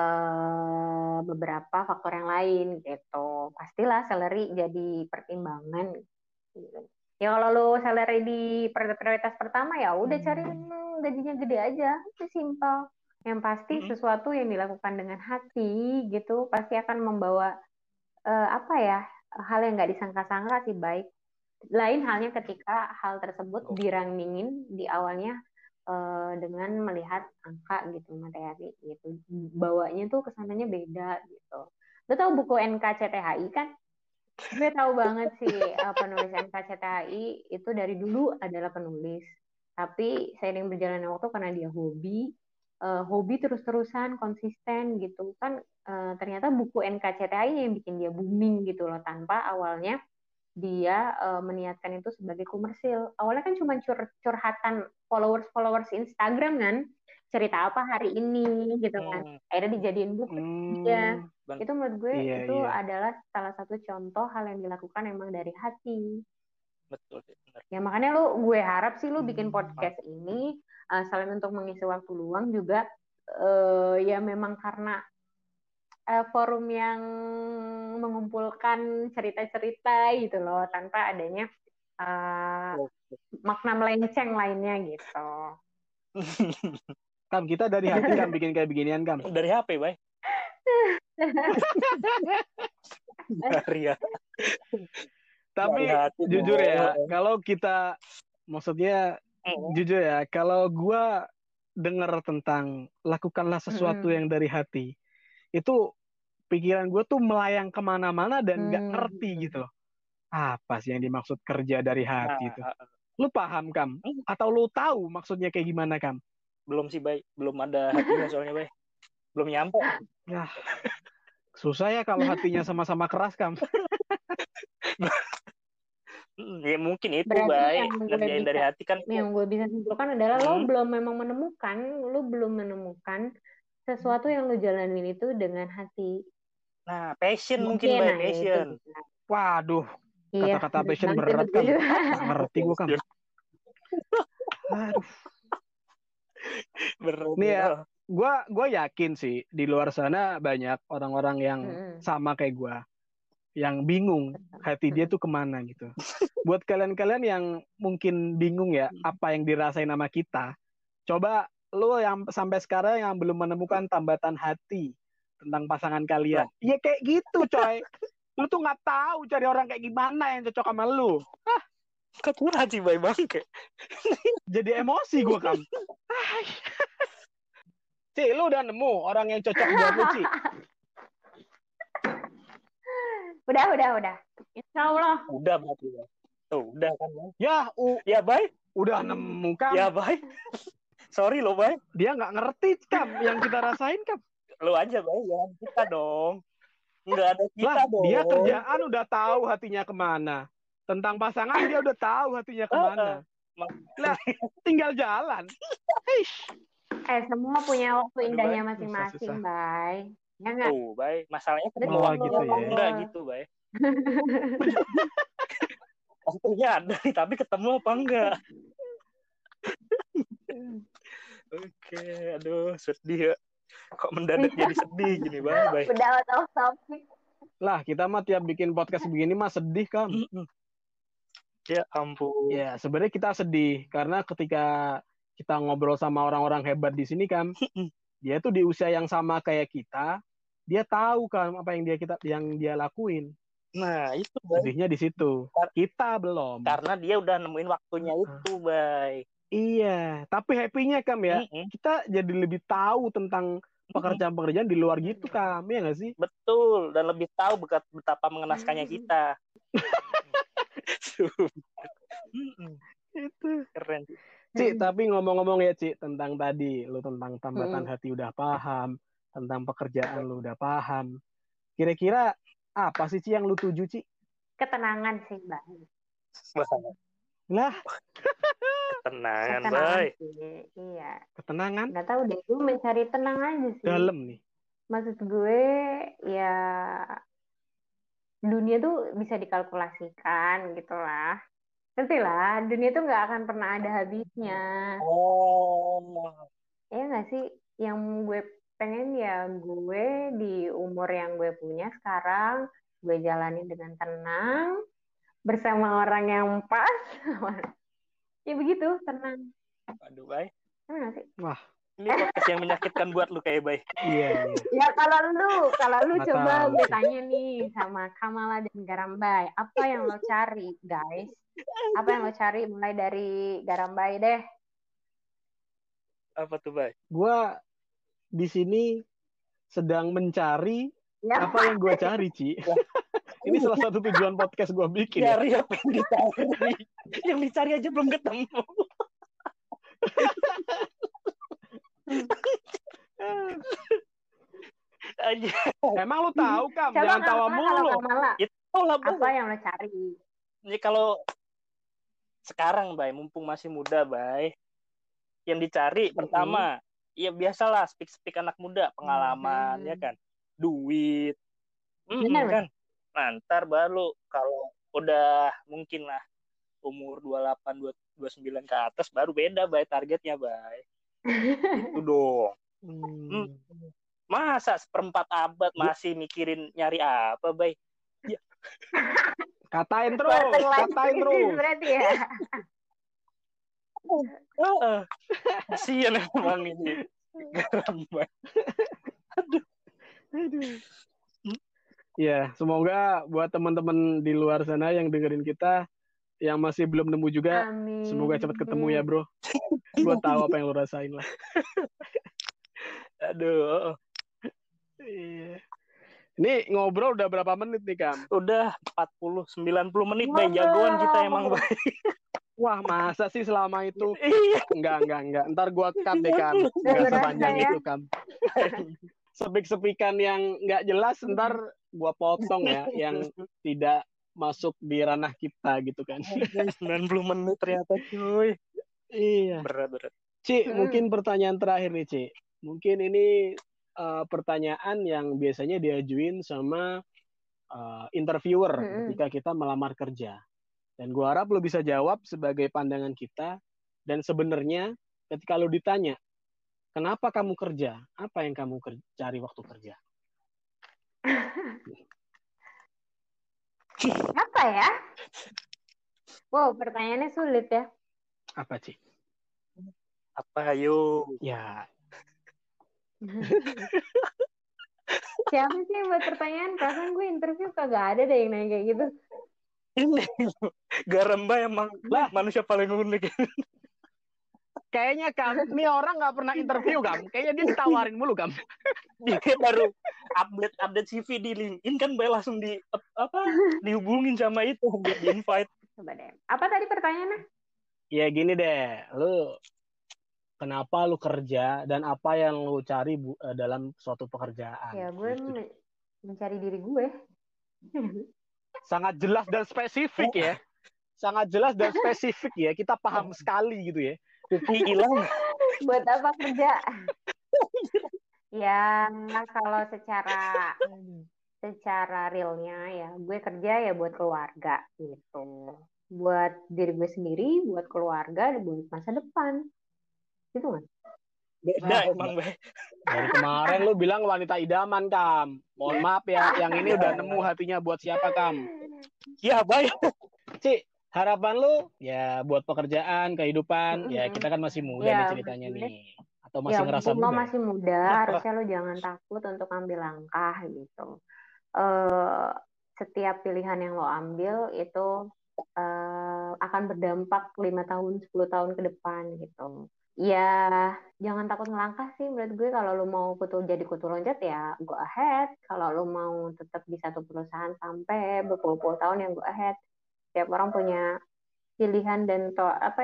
beberapa faktor yang lain gitu. Pastilah salary jadi pertimbangan. Ya kalau lo salary di prioritas pertama ya udah cari gajinya gede aja, itu simpel. Yang pasti sesuatu yang dilakukan dengan hati gitu pasti akan membawa hal yang nggak disangka-sangka sih baik. Lain halnya ketika hal tersebut dirangingin di awalnya dengan melihat angka gitu, materi gitu. Bawanya tuh kesananya beda gitu. Lo tau buku NKCTHI kan? Gue tahu banget sih penulis NKCTHI itu dari dulu adalah penulis. Tapi seiring berjalannya waktu karena dia hobi terus-terusan konsisten gitu kan, ternyata buku NKCTHI yang bikin dia booming gitu loh, tanpa awalnya dia meniatkan itu sebagai komersil. Awalnya kan cuma curhatan followers Instagram kan, cerita apa hari ini gitu kan, akhirnya dijadiin buku. Itu menurut gue adalah salah satu contoh hal yang dilakukan emang dari hati. Betul, benar. Ya makanya gue harap sih lu bikin podcast ini selain untuk mengisi waktu luang juga ya memang karena forum yang mengumpulkan cerita-cerita gitu loh, tanpa adanya makna melenceng lainnya gitu. Kam, kita dari hati Kam bikin kayak beginian Kam. Dari HP, Bay. Dari ya. Tapi jujur ya, kalau kita maksudnya jujur ya, kalau gue dengar tentang lakukanlah sesuatu yang dari hati, itu pikiran gue tuh melayang kemana-mana dan nggak ngerti gitu loh. Apa sih yang dimaksud kerja dari hati itu? Lu paham Kam? Atau lu tahu maksudnya kayak gimana Kam? Belum sih Bay, belum ada hatinya soalnya Bay. Belum nyampe. Ya, susah ya kalau hatinya sama-sama keras Kam. Ya mungkin itu, Berarti Bay. yang gue Ngerjain dari bisa- hati kan. Yang gue bisa simpulkan adalah lo belum menemukan sesuatu yang lo jalanin itu dengan hati. Nah, passion mungkin, Bay, Nah, passion. itu bisa. Waduh, Iya, kata-kata passion banget berat itu kan. juga. Nggak ngerti gue kan. Aduh. Berat. Nih ya, gue yakin sih di luar sana banyak orang-orang yang sama kayak gue, yang bingung hati dia tuh kemana gitu. Buat kalian-kalian yang mungkin bingung ya apa yang dirasain sama kita, coba lo yang sampai sekarang yang belum menemukan tambatan hati tentang pasangan kalian, ya kayak gitu coy. Lu tuh nggak tahu cari orang kayak gimana yang cocok sama lu. Kekurang sih, Bay, bangke. Jadi emosi gue kan. Ci, lu udah nemu orang yang cocok buat lu, Ci? Udah. Insya Allah. Udah berarti, Bay. Tuh, udah kan, Bay. Ya, Bay. Udah nemu kan? Ya, Bay. Sorry lo, Bay. Dia nggak ngerti, Kam, yang kita rasain, Kam. Lu aja, Bay, jangan kita dong. Nggak ada kita lah, dong. Dia kerjaan udah tahu hatinya kemana. Tentang pasangan dia udah tahu hatinya kemana. Lah, tinggal jalan. Semua punya waktu indahnya masing-masing, Bay. Ya nggak? Tuh, Bay. Masalahnya ketemu waktu gitu ya. Enggak gitu, Bay. Waktunya ada nih, tapi ketemu apa enggak? Oke, aduh, sedih ya. Kok mendadak jadi sedih gini, Bay. Udah out of topic. Lah, kita mah tiap bikin podcast begini mah sedih, Kam. Ya ampun. Ya, sebenarnya kita sedih karena ketika kita ngobrol sama orang-orang hebat di sini, Kam, dia tuh di usia yang sama kayak kita, dia tahu kan apa yang dia lakuin. Nah, itu, Bay. Sedihnya di situ. Kita belum. Karena dia udah nemuin waktunya itu, Bay. Iya, tapi happy-nya, Kam, ya, kita jadi lebih tahu tentang pekerjaan-pekerjaan di luar gitu, Kam, ya nggak sih? Betul, dan lebih tahu betapa mengenaskannya kita. Itu keren. Ci, tapi ngomong-ngomong ya, Ci, tentang tadi lu tentang tambatan hati udah paham, tentang pekerjaan lu udah paham. Kira-kira apa sih, Ci, yang lu tuju, Ci? Ketenangan sih, Mbak. Lah, ketenangan, Bay. Iya. Ketenangan? Nggak tahu deh, gue mencari tenang aja sih. Dalam nih. Maksud gue, ya dunia tuh bisa dikalkulasikan gitu lah. Ngerti lah, dunia tuh nggak akan pernah ada habisnya. Ya nggak sih? Yang gue pengen ya gue di umur yang gue punya sekarang, gue jalanin dengan tenang, bersama orang yang pas. Ya begitu, tenang. Aduh, Bay. Tenang sih. Wah. Ini podcast yang menyakitkan buat lu kayak, Bay. Iya. Ya kalau lu coba gue tanya nih sama Kamala dan Garambay, apa yang lo cari, guys? Apa yang lo cari mulai dari Garambay deh? Apa tuh, Bay? Gua di sini sedang mencari apa yang gue cari, Ci. Ini salah satu tujuan podcast gue bikin. Cari apa yang dicari? Yang dicari aja belum ketemu. Emang lu tahu, Kam? Jangan tawa mulu. Apa yang lo cari? Ini kalau sekarang, Bay, mumpung masih muda, Bay, yang dicari pertama, ya biasalah speak anak muda, pengalaman, ya kan, duit, kan. Nah, ntar baru kalau udah mungkin lah umur 28, 29 ke atas baru beda, Bay, targetnya, Bay. Itu dong. Masa seperempat abad masih mikirin nyari apa, Bay? Ya. Katain terus. Berarti ya. Kasian emang ini. Garambay. Aduh. Ya, semoga buat teman-teman di luar sana yang dengerin kita, yang masih belum nemu juga, semoga cepat ketemu ya, bro. Gue tahu apa yang lo rasain lah. Aduh. Iya. Ini ngobrol udah berapa menit nih, Kam? Udah 90 menit, Bay. Jagoan kita emang, Bay. Wah, masa sih selama itu? Iya. Enggak. Ntar gue cut deh, Kam. Enggak sepanjang itu, Kam. Sepik-sepikan yang nggak jelas, ntar gue potong ya. Yang tidak masuk di ranah kita gitu kan. 90 menit ternyata cuy. Iya. Berat. Ci, mungkin pertanyaan terakhir nih, Ci. Mungkin ini pertanyaan yang biasanya diajuin sama interviewer ketika kita melamar kerja. Dan gue harap lo bisa jawab sebagai pandangan kita. Dan sebenarnya ketika lo ditanya, kenapa kamu kerja? Apa yang kamu cari waktu kerja? Apa ya? Wow, pertanyaannya sulit ya. Apa, Ci? Apa, ayo? Ya. Siapa sih yang buat pertanyaan? Perasaan gue interview kagak ada deh yang nanya kayak gitu. Ini Garamba emang manusia paling unik. Kayaknya ini orang nggak pernah interview, kayaknya dia ditawarin mulu, Dia baru update CV di LinkedIn kan, baik langsung dihubungin sama itu, di invite. Coba deh. Apa tadi pertanyaannya? Ya gini deh, kenapa lu kerja dan apa yang lu cari dalam suatu pekerjaan? Ya gue mencari diri gue. Sangat jelas dan spesifik ya. Sangat jelas dan spesifik ya. Kita paham sekali gitu ya. Tapi hilang. Buat apa kerja? Ya kalau secara realnya ya gue kerja ya buat keluarga gitu. Buat diri gue sendiri, buat keluarga, buat masa depan. Gitu kan? Beda emang, Bay. Dari kemarin lu bilang wanita idaman, Kam. Mohon maaf ya, yang ini udah nemu hatinya buat siapa, Kam? Ya, Bay. Ci, harapan lu ya buat pekerjaan, kehidupan, ya kita kan masih muda nih ceritanya nih. Atau masih ngerasa muda? Ya, masih muda, harusnya lu jangan takut untuk ambil langkah gitu. Setiap pilihan yang lo ambil itu akan berdampak 5 tahun, 10 tahun ke depan gitu. Ya, jangan takut ngelangkah sih menurut gue. Kalau lo mau jadi kutu loncat ya go ahead. Kalau lo mau tetap di satu perusahaan sampai berpuluh-puluh tahun, yang go ahead. Setiap orang punya pilihan dan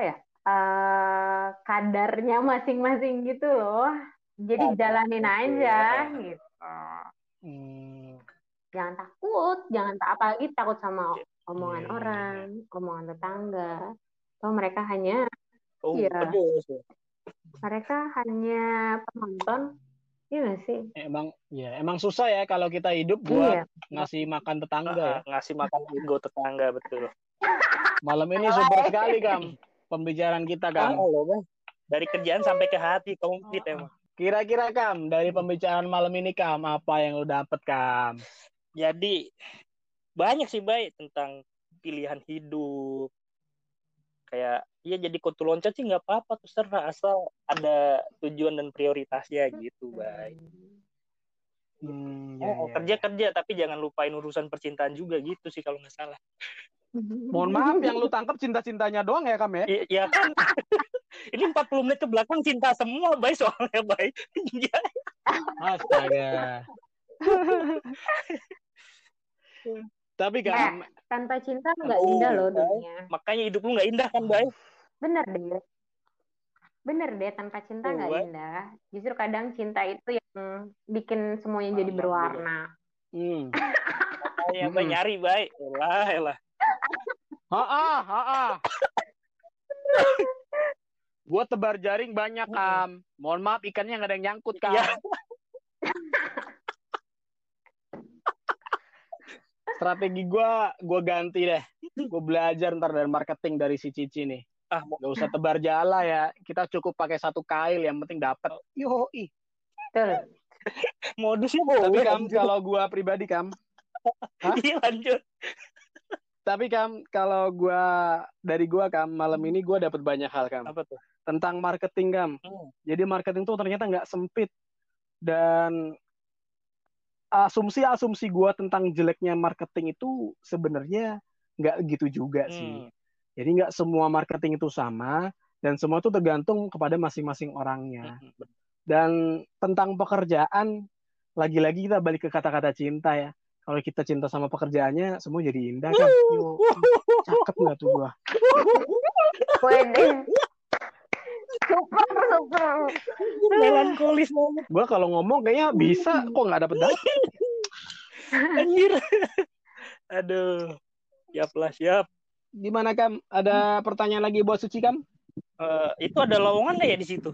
kadarnya masing-masing gitu loh. Jadi jalanin aja gitu. Jangan takut, apalagi takut sama omongan orang, omongan tetangga. Atau mereka hanya mereka hanya penonton. Iya gak sih? Emang susah ya kalau kita hidup buat ngasih makan tetangga ya. Ngasih makan ego tetangga, betul. Malam ini super sekali, Kam. Pembicaraan kita, Kam. Dari kerjaan sampai ke hati, komplit emang. Kira-kira, Kam, dari pembicaraan malam ini, Kam, apa yang lo dapet, Kam? Jadi, banyak sih, Bay, tentang pilihan hidup. Kayak, ya jadi kutu loncat sih nggak apa-apa, terserah, asal ada tujuan dan prioritasnya gitu, Bay. Kerja, tapi jangan lupain urusan percintaan juga gitu sih kalau nggak salah. Mohon maaf, yang lu tangkap cinta-cintanya doang ya, Kam ya? Iya kan. Ini 40 menit ke belakang cinta semua, Bay, soalnya, Bay. Astaga. Tapi kan tanpa cinta nggak indah loh dunia. Makanya hidup lu nggak indah kan, Bay? Bener deh, tanpa cinta nggak indah. Justru kadang cinta itu yang bikin semuanya jadi berwarna. Makanya Bay nyari, Bay. Elah. Gue tebar jaring banyak, Kam. Mohon maaf, ikannya nggak ada yang nyangkut, Kam. Strategi gue ganti deh. Gue belajar ntar dari marketing dari si Cici nih. Gak usah tebar jala ya. Kita cukup pakai satu kail, yang penting dapat. Yoi. Betul. Modusnya boleh. Tapi Kam, kalau gue pribadi, Kam. Iya, lanjut. Tapi Kam, kalau dari gue, Kam, malam ini gue dapat banyak hal, Kam. Apa tuh? Tentang marketing, Kam. Jadi marketing tuh ternyata nggak sempit. Dan asumsi gue tentang jeleknya marketing itu sebenarnya nggak gitu juga sih. Jadi nggak semua marketing itu sama, dan semua itu tergantung kepada masing-masing orangnya. Dan tentang pekerjaan, lagi-lagi kita balik ke kata-kata cinta ya. Kalau kita cinta sama pekerjaannya, semua jadi indah kan. Cakep nggak tuh gue? Super. Melankolis banget. Gue kalau ngomong kayaknya bisa, kok nggak dapet. Anjir. Aduh. Siap lah, siap. Gimana Kam? Ada pertanyaan lagi buat Suci Kam? Itu ada lowongan nggak ya di situ?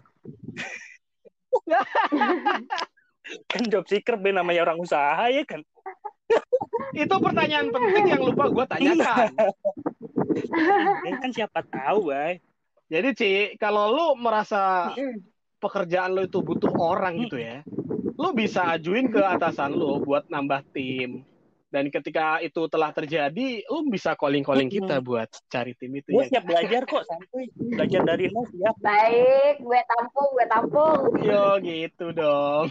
Kan job seeker namanya orang usaha ya kan? Itu pertanyaan penting yang lupa gue tanyakan. Kan siapa tahu, Bay. Jadi Ci, kalau lu merasa pekerjaan lu itu butuh orang gitu ya, lu bisa ajuin ke atasan lu buat nambah tim. Dan ketika itu telah terjadi, lu bisa calling kita buat cari tim itu. Gue siap belajar kok, santuy. Belajar dari nol siap. Baik, gue tampung. Yo gitu dong.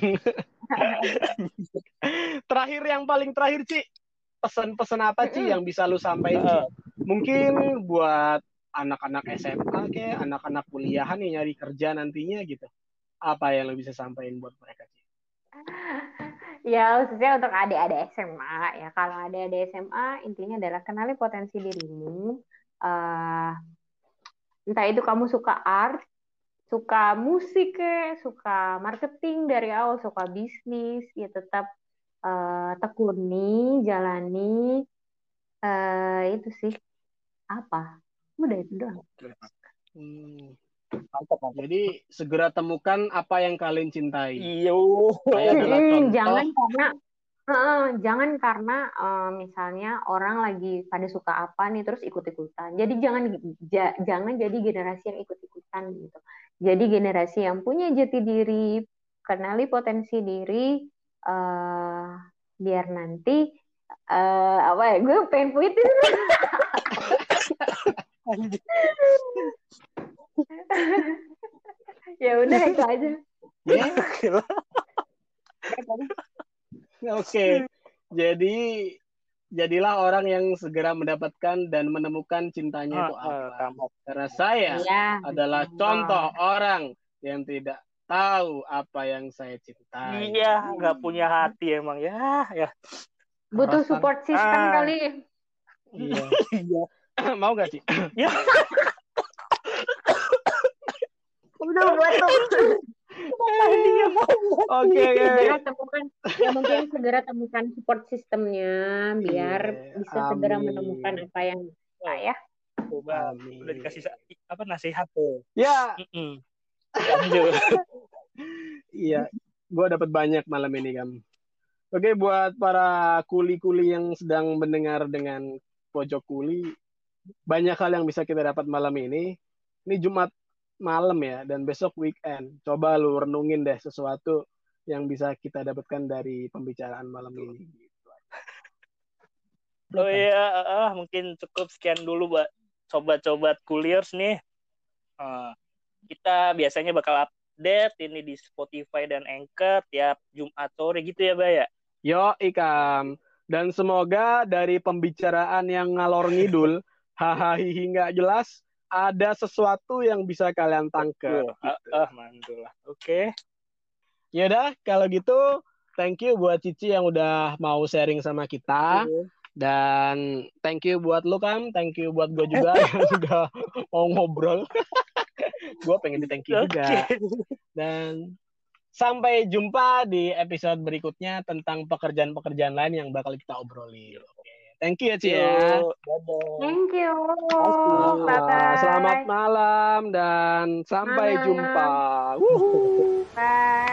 Yang paling terakhir Ci, pesan-pesan apa Ci yang bisa lu sampaikan? Mungkin buat anak-anak SMA kayak anak-anak kuliahan yang nyari kerja nantinya gitu. Apa yang lu bisa sampaikan buat mereka Ci? Ya, khususnya untuk adik-adik SMA ya. Kalau adik-adik SMA intinya adalah kenali potensi dirimu. Entah itu kamu suka art, suka musik, suka marketing dari awal, suka bisnis, ya tetap tekuni, jalani. Itu sih apa? Udah itu doang. Mantap. Jadi segera temukan apa yang kalian cintai. Iya. Saya adalah contoh. Jangan karena misalnya orang lagi pada suka apa nih terus ikut-ikutan. Jadi jangan jadi generasi yang ikut-ikutan gitu. Jadi generasi yang punya jati diri, kenali potensi diri, biar nanti gue pengen puitis. Ya udah itu aja. Oke. Jadi jadilah orang yang segera mendapatkan dan menemukan cintanya itu apa. Karena saya adalah contoh orang yang tidak tahu apa yang saya cintai. Iya, nggak punya hati emang ya. Butuh support system kali. Iya. Mau gak sih? Ya. Udah buat tuh. Oke. Mungkin segera temukan support sistemnya biar bisa segera menemukan apa yang ya. Coba udah dikasih nasihat tuh. Ya. Iya, gue dapat banyak malam ini Kam. Oke, buat para kuli-kuli yang sedang mendengar dengan pojok kuli, banyak hal yang bisa kita dapat malam ini. Ini Jumat malam ya, dan besok weekend. Coba lu renungin deh sesuatu yang bisa kita dapatkan dari pembicaraan malam ini. Oh iya, mungkin cukup sekian dulu buat sobat-sobat kuliers nih. Kita biasanya bakal update ini di Spotify dan Anchor tiap Jumat sore gitu ya, Bay ya? Yo, Ikam. Dan semoga dari pembicaraan yang ngalor ngidul, hahaha nggak jelas, ada sesuatu yang bisa kalian tangkap. Mantul lah. Oke. Yaudah, kalau gitu, thank you buat Cici yang udah mau sharing sama kita. Dan thank you buat lu Kam, thank you buat gue juga yang udah mau ngobrol. Gue pengen di thank you juga. Dan sampai jumpa di episode berikutnya tentang pekerjaan-pekerjaan lain yang bakal kita obrolin. Thank you ya Ci ya. Thank you. Bye-bye. Selamat malam dan sampai jumpa. Bye.